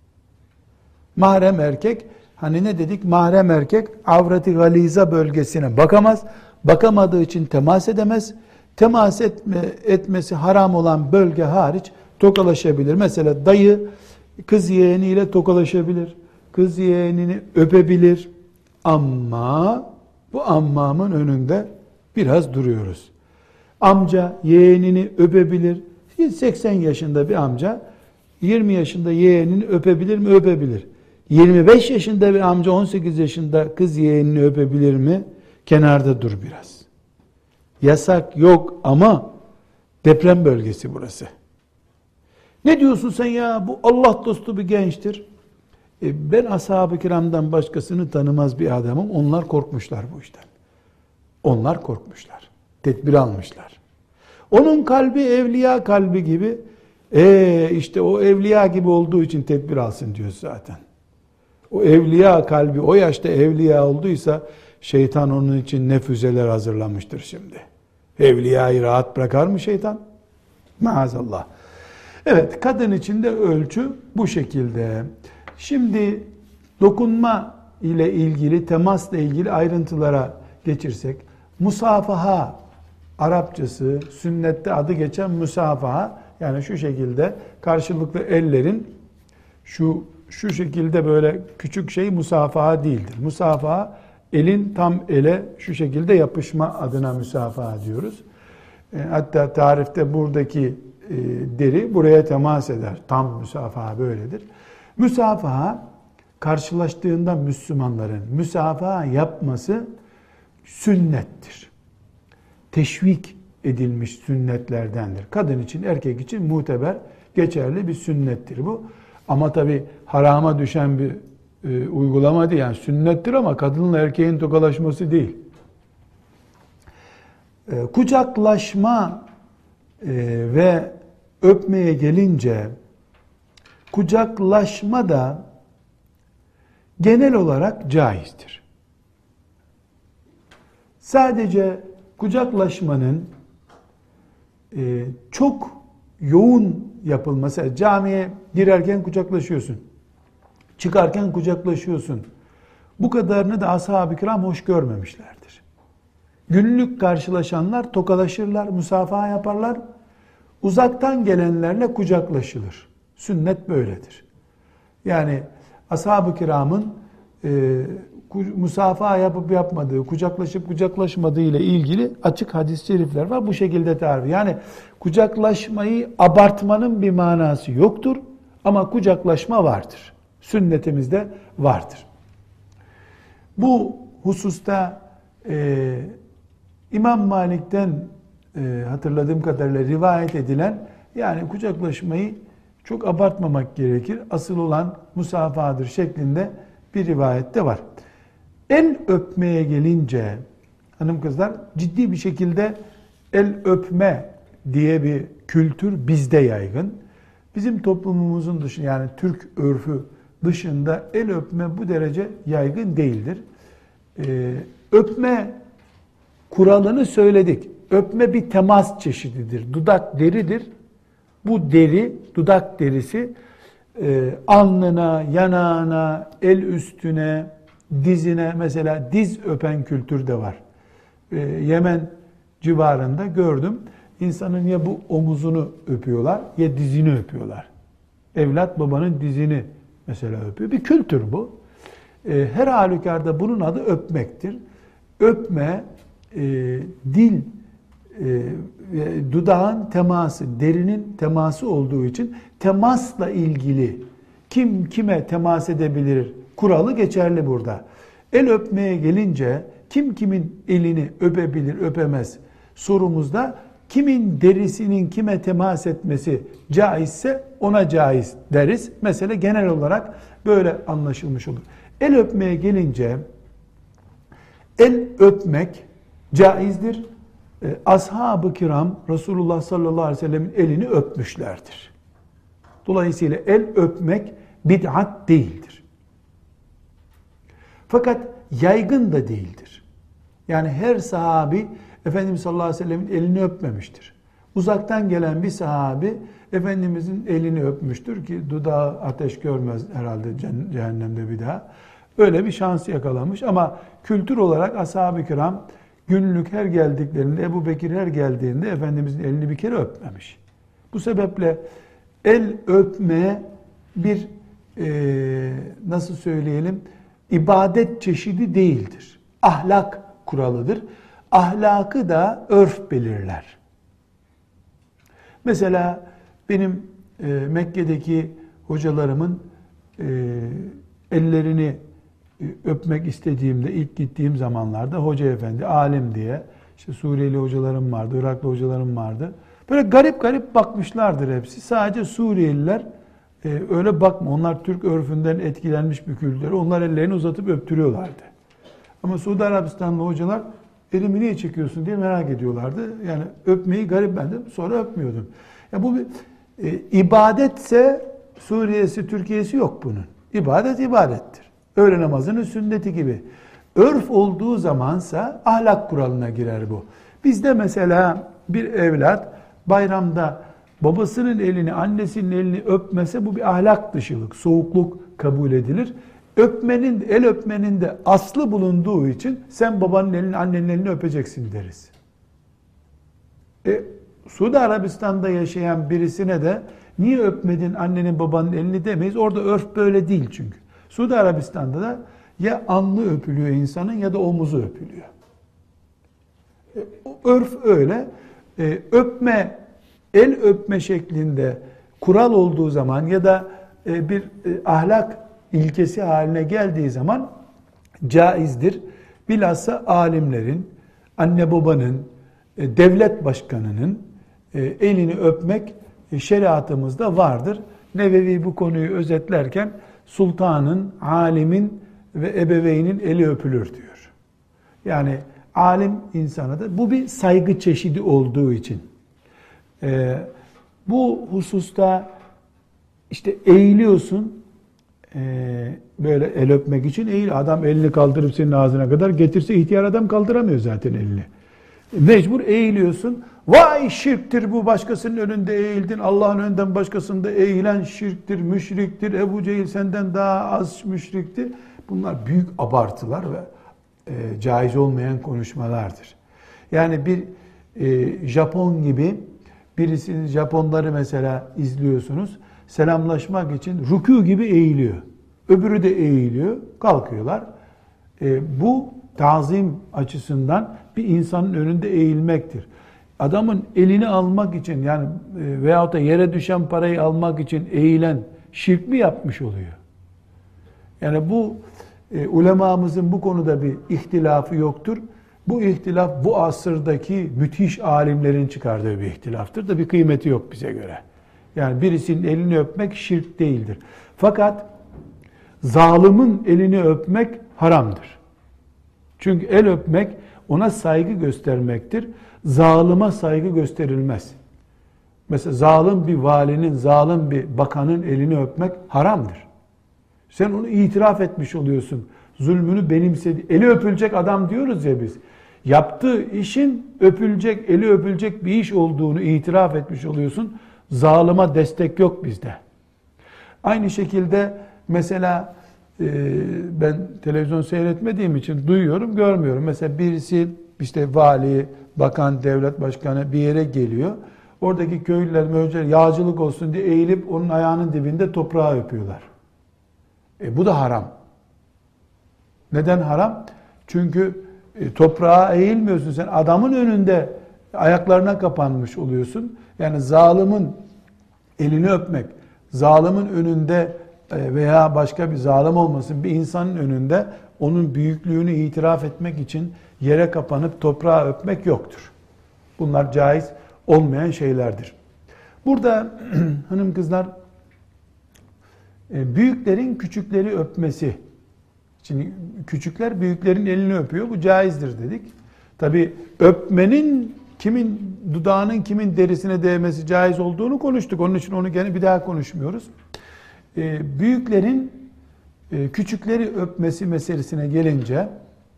Mahrem erkek, hani ne dedik? Mahrem erkek avreti galiza bölgesine bakamaz. Bakamadığı için temas edemez. Temas etme, etmesi haram olan bölge hariç tokalaşabilir. Mesela dayı kız yeğeniyle tokalaşabilir. Kız yeğenini öpebilir. Ama bu ammamın önünde biraz duruyoruz. Amca yeğenini öpebilir. seksen yaşında bir amca yirmi yaşında yeğenini öpebilir mi? Öpebilir. yirmi beş yaşında bir amca on sekiz yaşında kız yeğenini öpebilir mi? Kenarda dur biraz. Yasak yok ama deprem bölgesi burası. Ne diyorsun sen ya? Bu Allah dostu bir gençtir. E ben ashab-ı kiramdan başkasını tanımaz bir adamım. Onlar korkmuşlar bu işten. Onlar korkmuşlar. Tedbir almışlar. Onun kalbi evliya kalbi gibi. E işte o evliya gibi olduğu için tedbir alsın diyor zaten. O evliya kalbi o yaşta evliya olduysa şeytan onun için ne füzeler hazırlamıştır şimdi. Evliyayı rahat bırakar mı şeytan? Maazallah. Evet, kadın için de ölçü bu şekilde. Şimdi dokunma ile ilgili, temasla ilgili ayrıntılara geçirsek, musafaha, Arapçası, sünnette adı geçen musafaha, yani şu şekilde karşılıklı ellerin şu şu şekilde böyle küçük şey musafaha değildir. Musafaha elin tam ele şu şekilde yapışma adına musafaha diyoruz. E, hatta tarifte buradaki e, deri buraya temas eder. Tam musafaha böyledir. Musafaha karşılaştığında Müslümanların musafaha yapması sünnettir. Teşvik edilmiş sünnetlerdendir. Kadın için, erkek için muteber, geçerli bir sünnettir bu. Ama tabi harama düşen bir e, uygulama değil. Yani sünnettir ama kadınla erkeğin tokalaşması değil. E, kucaklaşma e, ve öpmeye gelince, kucaklaşma da genel olarak caizdir. Sadece kucaklaşmanın e, çok yoğun yapılması, camiye girerken kucaklaşıyorsun, çıkarken kucaklaşıyorsun. Bu kadarını da ashab-ı kiram hoş görmemişlerdir. Günlük karşılaşanlar tokalaşırlar, musafaha yaparlar. Uzaktan gelenlerle kucaklaşılır. Sünnet böyledir. Yani ashab-ı kiramın e, musafaha yapıp yapmadığı, kucaklaşıp kucaklaşmadığı ile ilgili açık hadis-i şerifler var. Bu şekilde tarif. Yani kucaklaşmayı abartmanın bir manası yoktur. Ama kucaklaşma vardır. Sünnetimizde vardır. Bu hususta e, İmam Malik'ten e, hatırladığım kadarıyla rivayet edilen, yani kucaklaşmayı çok abartmamak gerekir, asıl olan musafahadır şeklinde bir rivayette var. El öpmeye gelince hanım kızlar, ciddi bir şekilde el öpme diye bir kültür bizde yaygın. Bizim toplumumuzun dışında, yani Türk örfü dışında el öpme bu derece yaygın değildir. Ee, öpme kuralını söyledik. Öpme bir temas çeşididir. Dudak deridir. Bu deri, dudak derisi e, alnına, yanağına, el üstüne, dizine, mesela diz öpen kültür de var. E, Yemen civarında gördüm. İnsanın ya bu omuzunu öpüyorlar ya dizini öpüyorlar. Evlat babanın dizini mesela öpüyor. Bir kültür bu. E, her halükarda bunun adı öpmektir. Öpme, e, dil, e, dudağın teması, derinin teması olduğu için temasla ilgili kim kime temas edebilir kuralı geçerli burada. El öpmeye gelince kim kimin elini öpebilir, öpemez sorumuzda kimin derisinin kime temas etmesi caizse ona caiz deriz. Mesele genel olarak böyle anlaşılmış olur. El öpmeye gelince el öpmek caizdir. Ashab-ı kiram Resulullah sallallahu aleyhi ve sellemin elini öpmüşlerdir. Dolayısıyla el öpmek bid'at değildir. Fakat yaygın da değildir. Yani her sahabi Efendimiz sallallahu aleyhi ve sellemin elini öpmemiştir. Uzaktan gelen bir sahabi Efendimizin elini öpmüştür ki dudağı ateş görmez herhalde cehennemde bir daha. Öyle bir şans yakalamış ama kültür olarak ashab-ı kiram günlük her geldiklerinde, Ebu Bekir her geldiğinde Efendimizin elini bir kere öpmemiş. Bu sebeple el öpme bir e, nasıl söyleyelim, ibadet çeşidi değildir. Ahlak kuralıdır. Ahlakı da örf belirler. Mesela benim e, Mekke'deki hocalarımın e, ellerini öpmek istediğimde, ilk gittiğim zamanlarda hoca efendi, alim diye, işte Suriyeli hocalarım vardı, Iraklı hocalarım vardı. Böyle garip garip bakmışlardır hepsi. Sadece Suriyeliler e, öyle bakma. Onlar Türk örfünden etkilenmiş bir kültürleri. Onlar ellerini uzatıp öptürüyorlardı. Ama Suudi Arabistanlı hocalar elimi niye çekiyorsun diye merak ediyorlardı. Yani öpmeyi garip bendim. Sonra öpmüyordum. Ya bu bir e, ibadetse Suriye'si, Türkiye'si yok bunun. İbadet ibadettir. Öğle namazının sünneti gibi. Örf olduğu zamansa ahlak kuralına girer bu. Bizde mesela bir evlat bayramda babasının elini, annesinin elini öpmese bu bir ahlak dışılık, soğukluk kabul edilir. Öpmenin, el öpmenin de aslı bulunduğu için sen babanın elini, annenin elini öpeceksin deriz. E, Suudi Arabistan'da yaşayan birisine de niye öpmedin annenin babanın elini demeyiz. Orada örf böyle değil çünkü. Suudi Arabistan'da da ya alnı öpülüyor insanın ya da omuzu öpülüyor. E, örf öyle. E, öpme, el öpme şeklinde kural olduğu zaman ya da e, bir e, ahlak ilkesi haline geldiği zaman caizdir. Bilhassa alimlerin, anne babanın, e, devlet başkanının e, elini öpmek e, şeriatımızda vardır. Nevevi bu konuyu özetlerken sultanın, alimin ve ebeveynin eli öpülür diyor. Yani alim insana da. Bu bir saygı çeşidi olduğu için. Ee, bu hususta işte eğiliyorsun, e, böyle el öpmek için eğil. Adam elini kaldırıp senin ağzına kadar getirse ihtiyar adam kaldıramıyor zaten elini. Mecbur eğiliyorsun. Vay şirktir bu, başkasının önünde eğildin. Allah'ın önünden başkasında eğilen şirktir, müşriktir. Ebu Cehil senden daha az müşriktir. Bunlar büyük abartılar ve e, caiz olmayan konuşmalardır. Yani bir e, Japon gibi birisi, Japonları mesela izliyorsunuz. Selamlaşmak için rükû gibi eğiliyor. Öbürü de eğiliyor, kalkıyorlar. E, bu tazim açısından bir insanın önünde eğilmektir. Adamın elini almak için yani e, veyahut da yere düşen parayı almak için eğilen şirk mi yapmış oluyor? Yani bu e, ulemamızın bu konuda bir ihtilafı yoktur. Bu ihtilaf bu asırdaki müthiş alimlerin çıkardığı bir ihtilaftır da bir kıymeti yok bize göre. Yani birisinin elini öpmek şirk değildir. Fakat zalimin elini öpmek haramdır. Çünkü el öpmek ona saygı göstermektir. Zalime saygı gösterilmez. Mesela zalim bir valinin, zalim bir bakanın elini öpmek haramdır. Sen onu itiraf etmiş oluyorsun. Zulmünü benimsedi. Eli öpülecek adam diyoruz ya biz. Yaptığı işin öpülecek, eli öpülecek bir iş olduğunu itiraf etmiş oluyorsun. Zalıma destek yok bizde. Aynı şekilde mesela e, ben televizyon seyretmediğim için duyuyorum, görmüyorum. Mesela birisi işte vali, bakan, devlet başkanı bir yere geliyor. Oradaki köylüler, mövceler yağcılık olsun diye eğilip onun ayağının dibinde toprağı öpüyorlar. E, bu da haram. Neden haram? Çünkü e, toprağa eğilmiyorsun. Sen adamın önünde ayaklarına kapanmış oluyorsun. Yani zalimin elini öpmek, zalimin önünde e, veya başka bir zalim olmasın bir insanın önünde onun büyüklüğünü itiraf etmek için yere kapanıp toprağa öpmek yoktur. Bunlar caiz olmayan şeylerdir. Burada hanım kızlar büyüklerin küçükleri öpmesi. Şimdi küçükler büyüklerin elini öpüyor. Bu caizdir dedik. Tabi öpmenin kimin dudağının kimin derisine değmesi caiz olduğunu konuştuk. Onun için onu gene bir daha konuşmuyoruz. Büyüklerin küçükleri öpmesi meselesine gelince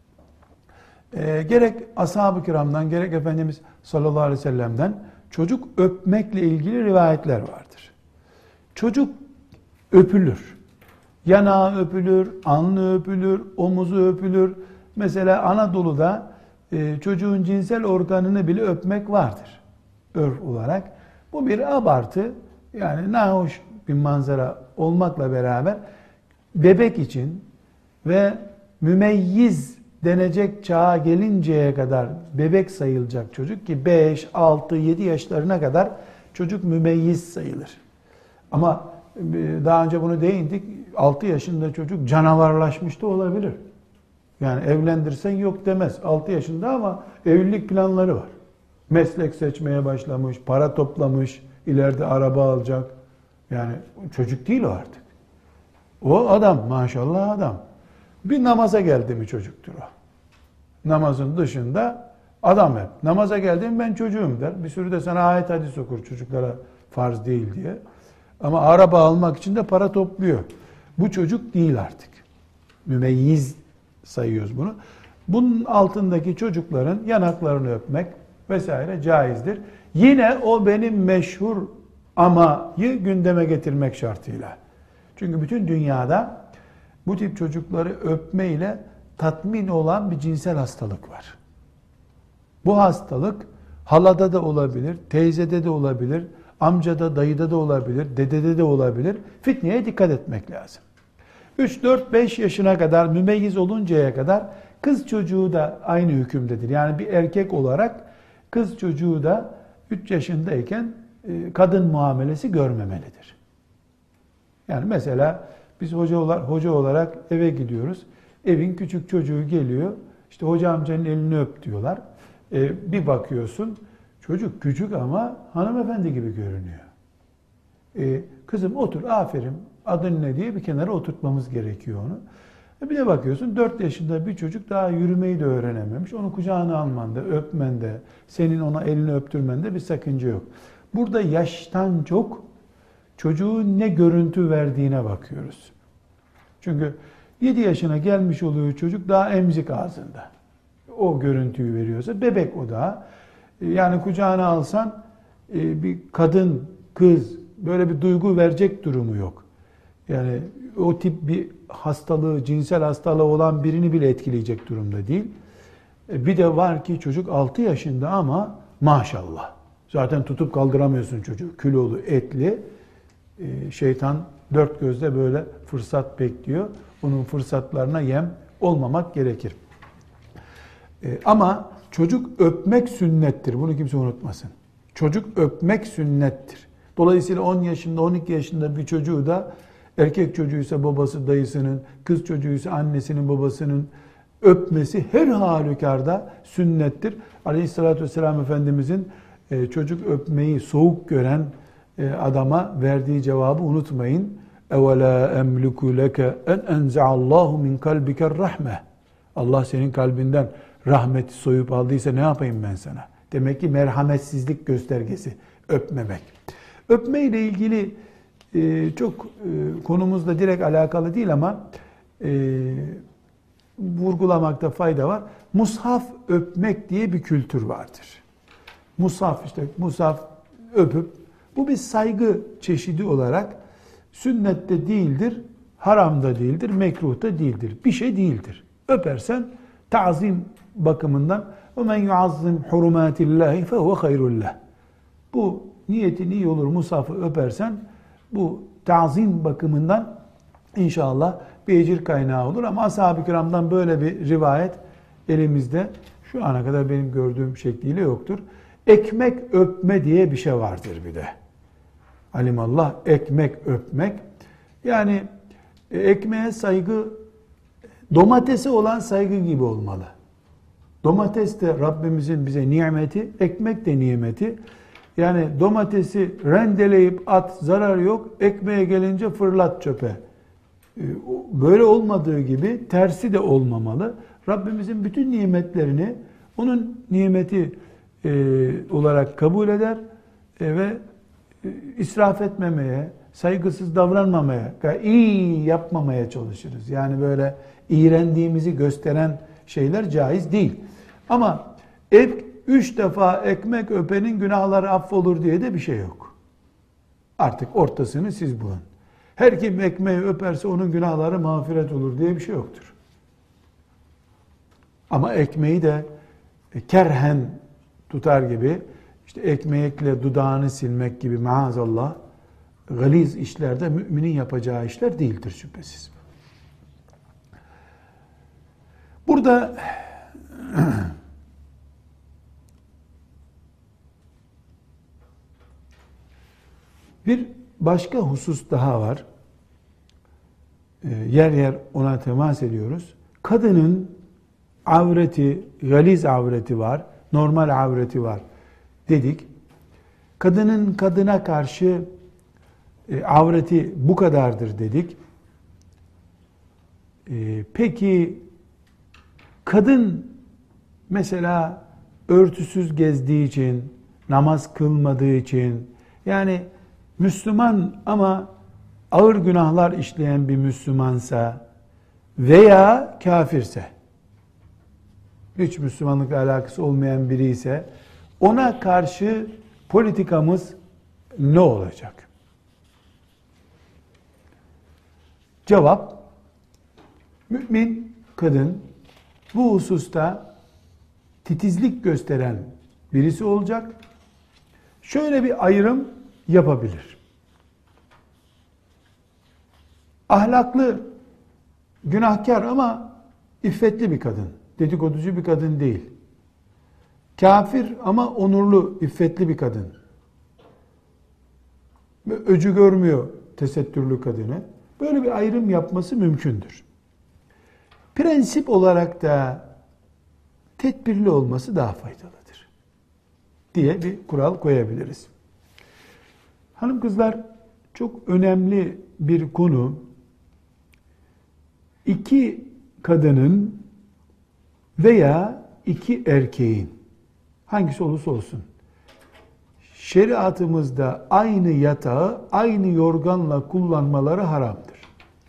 gerek ashab-ı kiramdan gerek Efendimiz sallallahu aleyhi ve sellem'den çocuk öpmekle ilgili rivayetler vardır. Çocuk öpülür. Yanağı öpülür, alnı öpülür, omuzu öpülür. Mesela Anadolu'da e, çocuğun cinsel organını bile öpmek vardır. Örf olarak. Bu bir abartı. Yani nahoş bir manzara olmakla beraber bebek için ve mümeyyiz denecek çağa gelinceye kadar bebek sayılacak çocuk ki beş, altı, yedi yaşlarına kadar çocuk mümeyyiz sayılır. Ama daha önce bunu değindik. altı yaşında çocuk canavarlaşmış da olabilir. Yani evlendirsen yok demez. altı yaşında ama evlilik planları var. Meslek seçmeye başlamış, para toplamış, ileride araba alacak. Yani çocuk değil o artık. O adam, maşallah adam. Bir namaza geldi mi çocuktur o. Namazın dışında adam hep. Namaza geldim ben çocuğum der. Bir sürü de sana ayet hadis okur çocuklara farz değil diye. Ama araba almak için de para topluyor. Bu çocuk değil artık. Mümeyyiz sayıyoruz bunu. Bunun altındaki çocukların yanaklarını öpmek vesaire caizdir. Yine o benim meşhur amayı gündeme getirmek şartıyla. Çünkü bütün dünyada bu tip çocukları öpme ile tatmin olan bir cinsel hastalık var. Bu hastalık halada da olabilir, teyzede de olabilir, amcada, dayıda da olabilir, dedede de olabilir. Fitneye dikkat etmek lazım. üç, dört, beş yaşına kadar, mümeyyiz oluncaya kadar kız çocuğu da aynı hükümdedir. Yani bir erkek olarak kız çocuğu da üç yaşındayken kadın muamelesi görmemelidir. Yani mesela biz hoca olarak, hoca olarak eve gidiyoruz. Evin küçük çocuğu geliyor. İşte hoca amcanın elini öp diyorlar. Ee, bir bakıyorsun çocuk küçük ama hanımefendi gibi görünüyor. Ee, kızım otur aferin adın ne diye bir kenara oturtmamız gerekiyor onu. E bir de bakıyorsun dört yaşında bir çocuk daha yürümeyi de öğrenememiş. Onu kucağına almanda, öpmende, senin ona elini öptürmende bir sakınca yok. Burada yaştan çok çocuğun ne görüntü verdiğine bakıyoruz. Çünkü yedi yaşına gelmiş oluyor çocuk daha emzik ağzında. O görüntüyü veriyorsa bebek o da. Yani kucağına alsan bir kadın, kız böyle bir duygu verecek durumu yok. Yani o tip bir hastalığı, cinsel hastalığı olan birini bile etkileyecek durumda değil. Bir de var ki çocuk altı yaşında ama maşallah. Zaten tutup kaldıramıyorsun çocuğu. Kilolu, etli. Şeytan dört gözle böyle fırsat bekliyor. Onun fırsatlarına yem olmamak gerekir. Ama çocuk öpmek sünnettir. Bunu kimse unutmasın. Çocuk öpmek sünnettir. Dolayısıyla on yaşında, on iki yaşında bir çocuğu da erkek çocuğuysa babası dayısının, kız çocuğuysa annesinin babasının öpmesi her halükarda sünnettir. Aleyhissalatü vesselam Efendimizin çocuk öpmeyi soğuk gören adama verdiği cevabı unutmayın. اَوَلَا اَمْلُكُ لَكَ اَنْ اَنْزَعَ اللّٰهُ مِنْ قَلْبِكَ الرَّحْمَةِ Allah senin kalbinden rahmeti soyup aldıysa ne yapayım ben sana? Demek ki merhametsizlik göstergesi öpmemek. Öpme ile ilgili e, çok e, konumuzla direkt alakalı değil ama e, vurgulamakta fayda var. Mushaf öpmek diye bir kültür vardır. Mushaf işte mushaf öpüp bu bir saygı çeşidi olarak sünnette değildir, haramda değildir, mekruhta değildir. Bir şey değildir. Öpersen ta'zim bakımından وَمَنْ يُعَظِّمْ حُرُمَاتِ اللّٰهِ فَهُوَ خَيْرُ اللّٰهِ Bu niyetin iyi olur, mushafı öpersen bu ta'zim bakımından inşallah bir ecir kaynağı olur. Ama ashab-ı kiramdan böyle bir rivayet elimizde şu ana kadar benim gördüğüm şekliyle yoktur. Ekmek öpme diye bir şey vardır bir de. Alimallah ekmek öpmek. Yani ekmeğe saygı domatese olan saygı gibi olmalı. Domates de Rabbimizin bize nimeti, ekmek de nimeti. Yani domatesi rendeleyip at, zarar yok. Ekmeğe gelince fırlat çöpe. Böyle olmadığı gibi tersi de olmamalı. Rabbimizin bütün nimetlerini onun nimeti e, olarak kabul eder e, ve e, israf etmemeye, saygısız davranmamaya, iyi yapmamaya çalışırız. Yani böyle iğrendiğimizi gösteren şeyler caiz değil. Ama ek, üç defa ekmek öpenin günahları affolur diye de bir şey yok. Artık ortasını siz bulun. Her kim ekmeği öperse onun günahları mağfiret olur diye bir şey yoktur. Ama ekmeği de kerhen tutar gibi, işte ekmekle dudağını silmek gibi maazallah galiz işlerde müminin yapacağı işler değildir şüphesiz. Burada bir başka husus daha var. Yer yer ona temas ediyoruz. Kadının avreti, galiz avreti var, normal avreti var dedik. Kadının kadına karşı e, avreti bu kadardır dedik. E, peki kadın mesela örtüsüz gezdiği için, namaz kılmadığı için, yani Müslüman ama ağır günahlar işleyen bir Müslümansa veya kafirse, hiç Müslümanlıkla alakası olmayan biri ise ona karşı politikamız ne olacak? Cevap, mümin kadın bu hususta titizlik gösteren birisi olacak. Şöyle bir ayrım yapabilir. Ahlaklı, günahkar ama iffetli bir kadın. Dedikoducu bir kadın değil. Kafir ama onurlu, iffetli bir kadın. Öcü görmüyor tesettürlü kadını. Böyle bir ayrım yapması mümkündür. Prensip olarak da tedbirli olması daha faydalıdır diye bir kural koyabiliriz. Hanım kızlar, çok önemli bir konu. İki kadının veya iki erkeğin, hangisi olursa olsun, şeriatımızda aynı yatağı aynı yorganla kullanmaları haramdır.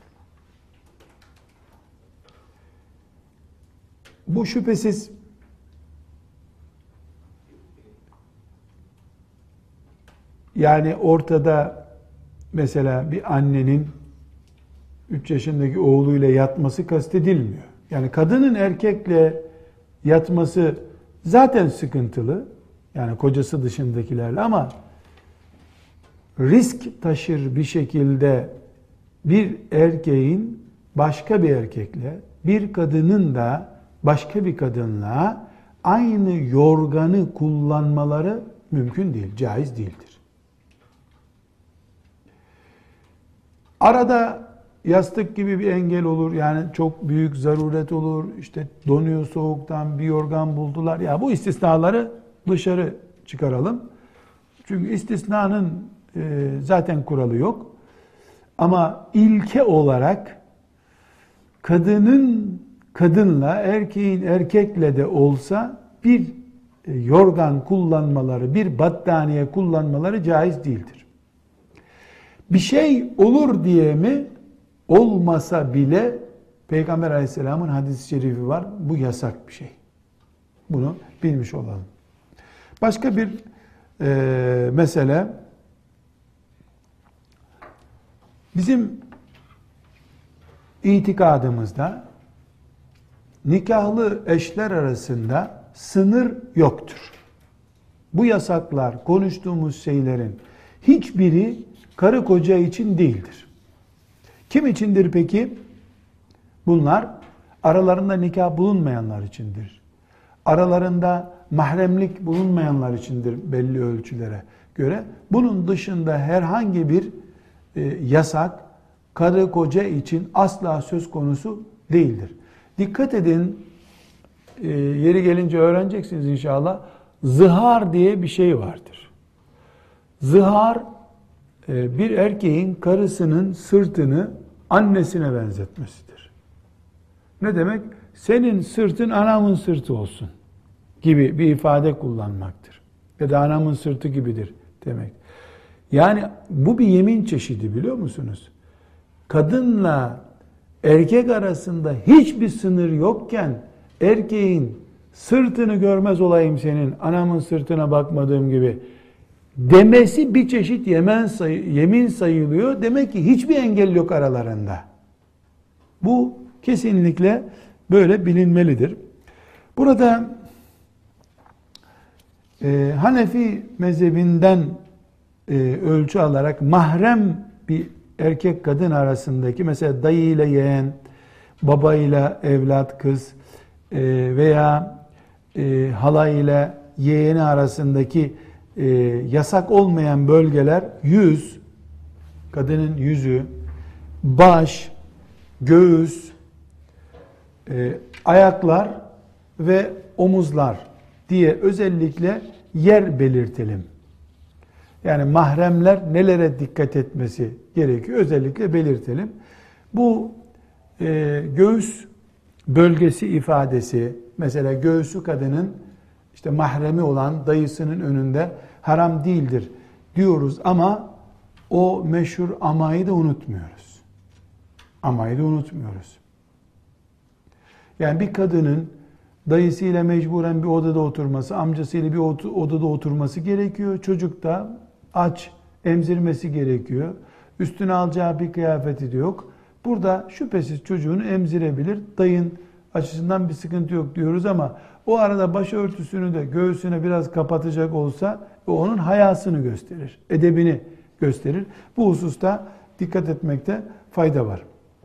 Bu şüphesiz yani ortada mesela bir annenin üç yaşındaki oğluyla yatması kastedilmiyor. Yani kadının erkekle yatması zaten sıkıntılı. Yani kocası dışındakilerle, ama risk taşır bir şekilde bir erkeğin başka bir erkekle, bir kadının da başka bir kadınla aynı yorganı kullanmaları mümkün değil, caiz değildir. Arada yastık gibi bir engel olur, yani çok büyük zaruret olur, işte donuyor soğuktan, bir yorgan buldular. Ya bu istisnaları dışarı çıkaralım. Çünkü istisnanın e, zaten kuralı yok. Ama ilke olarak kadının kadınla, erkeğin erkekle de olsa bir e, yorgan kullanmaları, bir battaniye kullanmaları caiz değildir. Bir şey olur diye mi? Olmasa bile Peygamber Aleyhisselam'ın hadis-i şerifi var. Bu yasak bir şey. Bunu bilmiş olalım. Başka bir e, mesele, bizim itikadımızda nikahlı eşler arasında sınır yoktur. Bu yasaklar, konuştuğumuz şeylerin hiçbiri karı koca için değildir. Kim içindir peki? Bunlar aralarında nikah bulunmayanlar içindir. Aralarında mahremlik bulunmayanlar içindir belli ölçülere göre. Bunun dışında herhangi bir e, yasak karı koca için asla söz konusu değildir. Dikkat edin, e, yeri gelince öğreneceksiniz inşallah. Zihar diye bir şey vardır. Zihar e, bir erkeğin karısının sırtını annesine benzetmesidir. Ne demek? Senin sırtın anamın sırtı olsun gibi bir ifade kullanmaktır. Ya da anamın sırtı gibidir demek. Yani bu bir yemin çeşidi, biliyor musunuz? Kadınla erkek arasında hiçbir sınır yokken erkeğin sırtını görmez olayım senin, anamın sırtına bakmadığım gibi demesi bir çeşit yemin, sayı, yemin sayılıyor. Demek ki hiçbir engel yok aralarında. Bu kesinlikle böyle bilinmelidir. Burada e, Hanefi mezhebinden e, ölçü alarak mahrem bir erkek kadın arasındaki, mesela dayı ile yeğen, baba ile evlat kız e, veya e, hala ile yeğeni arasındaki e, yasak olmayan bölgeler yüz, kadının yüzü, baş, göğüs, e, ayaklar ve omuzlar diye özellikle yer belirtelim. Yani mahremler nelere dikkat etmesi gerekiyor özellikle belirtelim. Bu e, göğüs bölgesi ifadesi, mesela göğsü kadının işte mahremi olan dayısının önünde haram değildir diyoruz, ama o meşhur amayı da unutmuyoruz. Amayı da unutmuyoruz. Yani bir kadının dayısıyla mecburen bir odada oturması, amcasıyla bir odada oturması gerekiyor. Çocuk da aç, emzirmesi gerekiyor. Üstüne alacağı bir kıyafeti de yok. Burada şüphesiz çocuğunu emzirebilir. Dayın açısından bir sıkıntı yok diyoruz, ama o arada başörtüsünü de göğsüne biraz kapatacak olsa o onun hayasını gösterir, edebini gösterir. Bu hususta dikkat etmekte fayda var.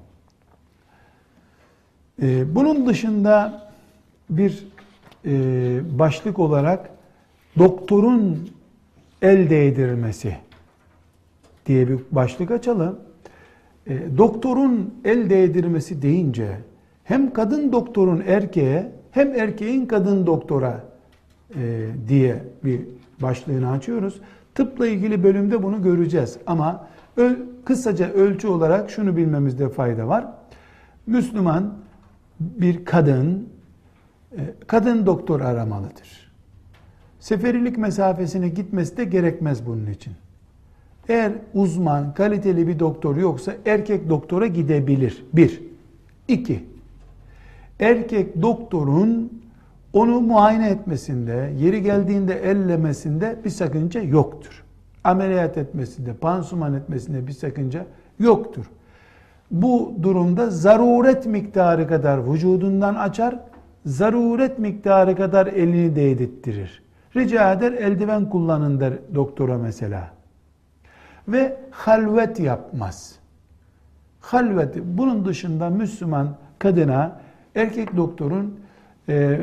Ee, bunun dışında bir e, başlık olarak doktorun el değdirmesi diye bir başlık açalım. E, doktorun el değdirmesi deyince hem kadın doktorun erkeğe hem erkeğin kadın doktora e, diye bir başlığını açıyoruz. Tıpla ilgili bölümde bunu göreceğiz, ama öl, kısaca ölçü olarak şunu bilmemizde fayda var. Müslüman bir kadın e, kadın doktor aramalıdır. Seferilik mesafesine gitmesi de gerekmez bunun için. Eğer uzman, kaliteli bir doktor yoksa erkek doktora gidebilir. Bir. İki. Erkek doktorun onu muayene etmesinde, yeri geldiğinde ellemesinde bir sakınca yoktur. Ameliyat etmesinde, pansuman etmesinde bir sakınca yoktur. Bu durumda zaruret miktarı kadar vücudundan açar, zaruret miktarı kadar elini değdirttirir. Rica eder eldiven kullanın der doktora mesela. Ve halvet yapmaz. Halvet, bunun dışında Müslüman kadına erkek doktorun e,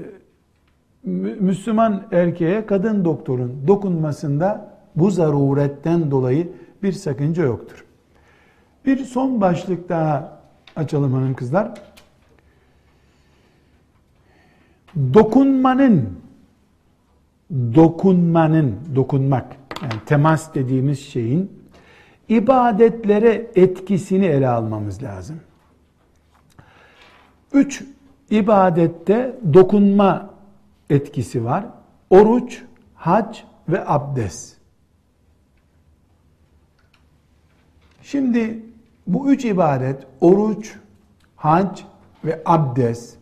Müslüman erkeğe kadın doktorun dokunmasında bu zaruretten dolayı bir sakınca yoktur. Bir son başlık daha açalım hanım kızlar. Dokunmanın dokunmanın dokunmak yani temas dediğimiz şeyin ibadetlere etkisini ele almamız lazım. Üç ibadette dokunma etkisi var. Oruç, hac ve abdest. Şimdi bu üç ibadet, oruç, hac ve abdest,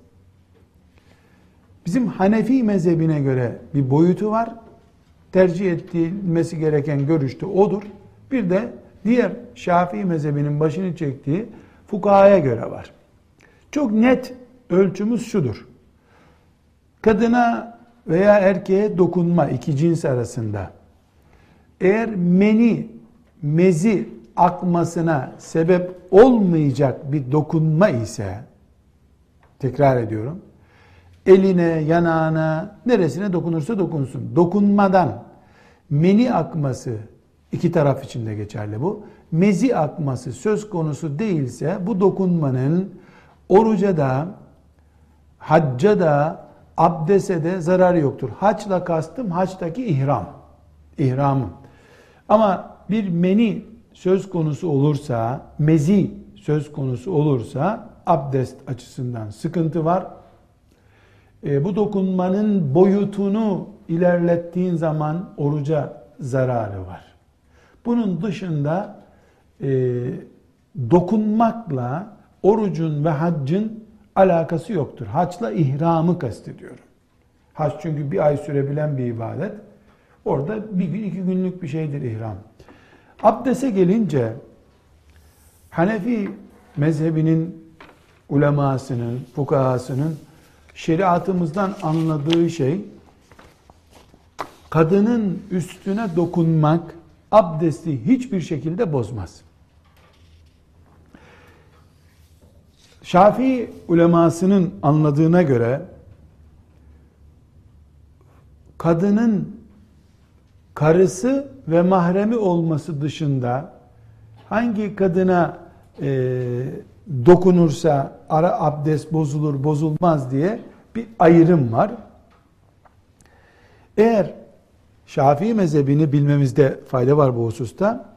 bizim Hanefi mezhebine göre bir boyutu var. Tercih edilmesi gereken görüşte odur. Bir de diğer Şafii mezhebinin başını çektiği fukahaya göre var. Çok net ölçümüz şudur. Kadına veya erkeğe dokunma iki cins arasında eğer meni, mezi akmasına sebep olmayacak bir dokunma ise, tekrar ediyorum, eline, yanağına, neresine dokunursa dokunsun. Dokunmadan meni akması, iki taraf için de geçerli bu, mezi akması söz konusu değilse bu dokunmanın oruca da, hacca da, abdese de zararı yoktur. Haçla kastım haçtaki ihram. İhramım. Ama bir meni söz konusu olursa, mezi söz konusu olursa abdest açısından sıkıntı var. E, bu dokunmanın boyutunu ilerlettiğin zaman oruca zararı var. Bunun dışında e, dokunmakla orucun ve haccın alakası yoktur. Haçla ihramı kastediyorum. Hac çünkü bir ay sürebilen bir ibadet. Orada bir gün, iki günlük bir şeydir ihram. Abdese gelince Hanefi mezhebinin ulemasının, fukahasının şeriatımızdan anladığı şey, kadının üstüne dokunmak abdesti hiçbir şekilde bozmaz. Şafii ulemasının anladığına göre kadının karısı ve mahremi olması dışında hangi kadına e, dokunursa ara abdest bozulur bozulmaz diye bir ayrım var. Eğer Şafii mezhebini bilmemizde fayda var bu hususta,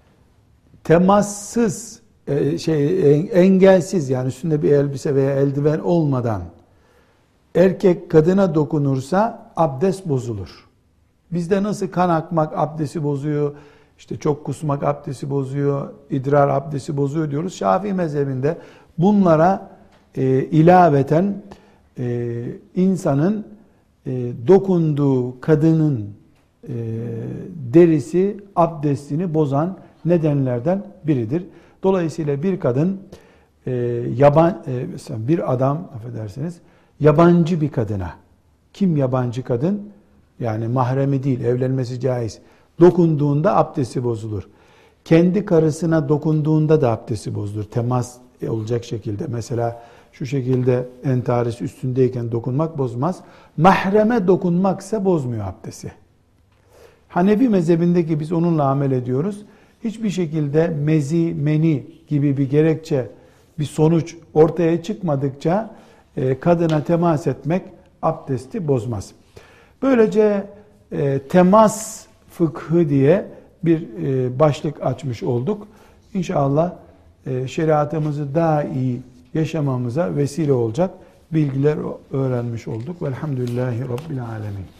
temassız e, şey engelsiz yani üstünde bir elbise veya eldiven olmadan erkek kadına dokunursa abdest bozulur. Bizde nasıl kan akmak abdesti bozuyor, işte çok kusmak abdesti bozuyor, idrar abdesti bozuyor diyoruz. Şafii mezhebinde bunlara e, ilaveten e, insanın e, dokunduğu kadının e, derisi abdestini bozan nedenlerden biridir. Dolayısıyla bir kadın e, yaban e, mesela bir adam affedersiniz yabancı bir kadına, kim yabancı kadın? Yani mahremi değil, evlenmesi caiz. Dokunduğunda abdesti bozulur. Kendi karısına dokunduğunda da abdesti bozulur. Temas olacak şekilde. Mesela şu şekilde entaris üstündeyken dokunmak bozmaz. Mahreme dokunmaksa bozmuyor abdesti. Hanefi mezhebindeki biz onunla amel ediyoruz. Hiçbir şekilde mezi, meni gibi bir gerekçe, bir sonuç ortaya çıkmadıkça kadına temas etmek abdesti bozmaz. Böylece e, temas fıkhı diye bir e, başlık açmış olduk. İnşallah e, şeriatımızı daha iyi yaşamamıza vesile olacak bilgiler öğrenmiş olduk. Velhamdülillahi Rabbil Alemin.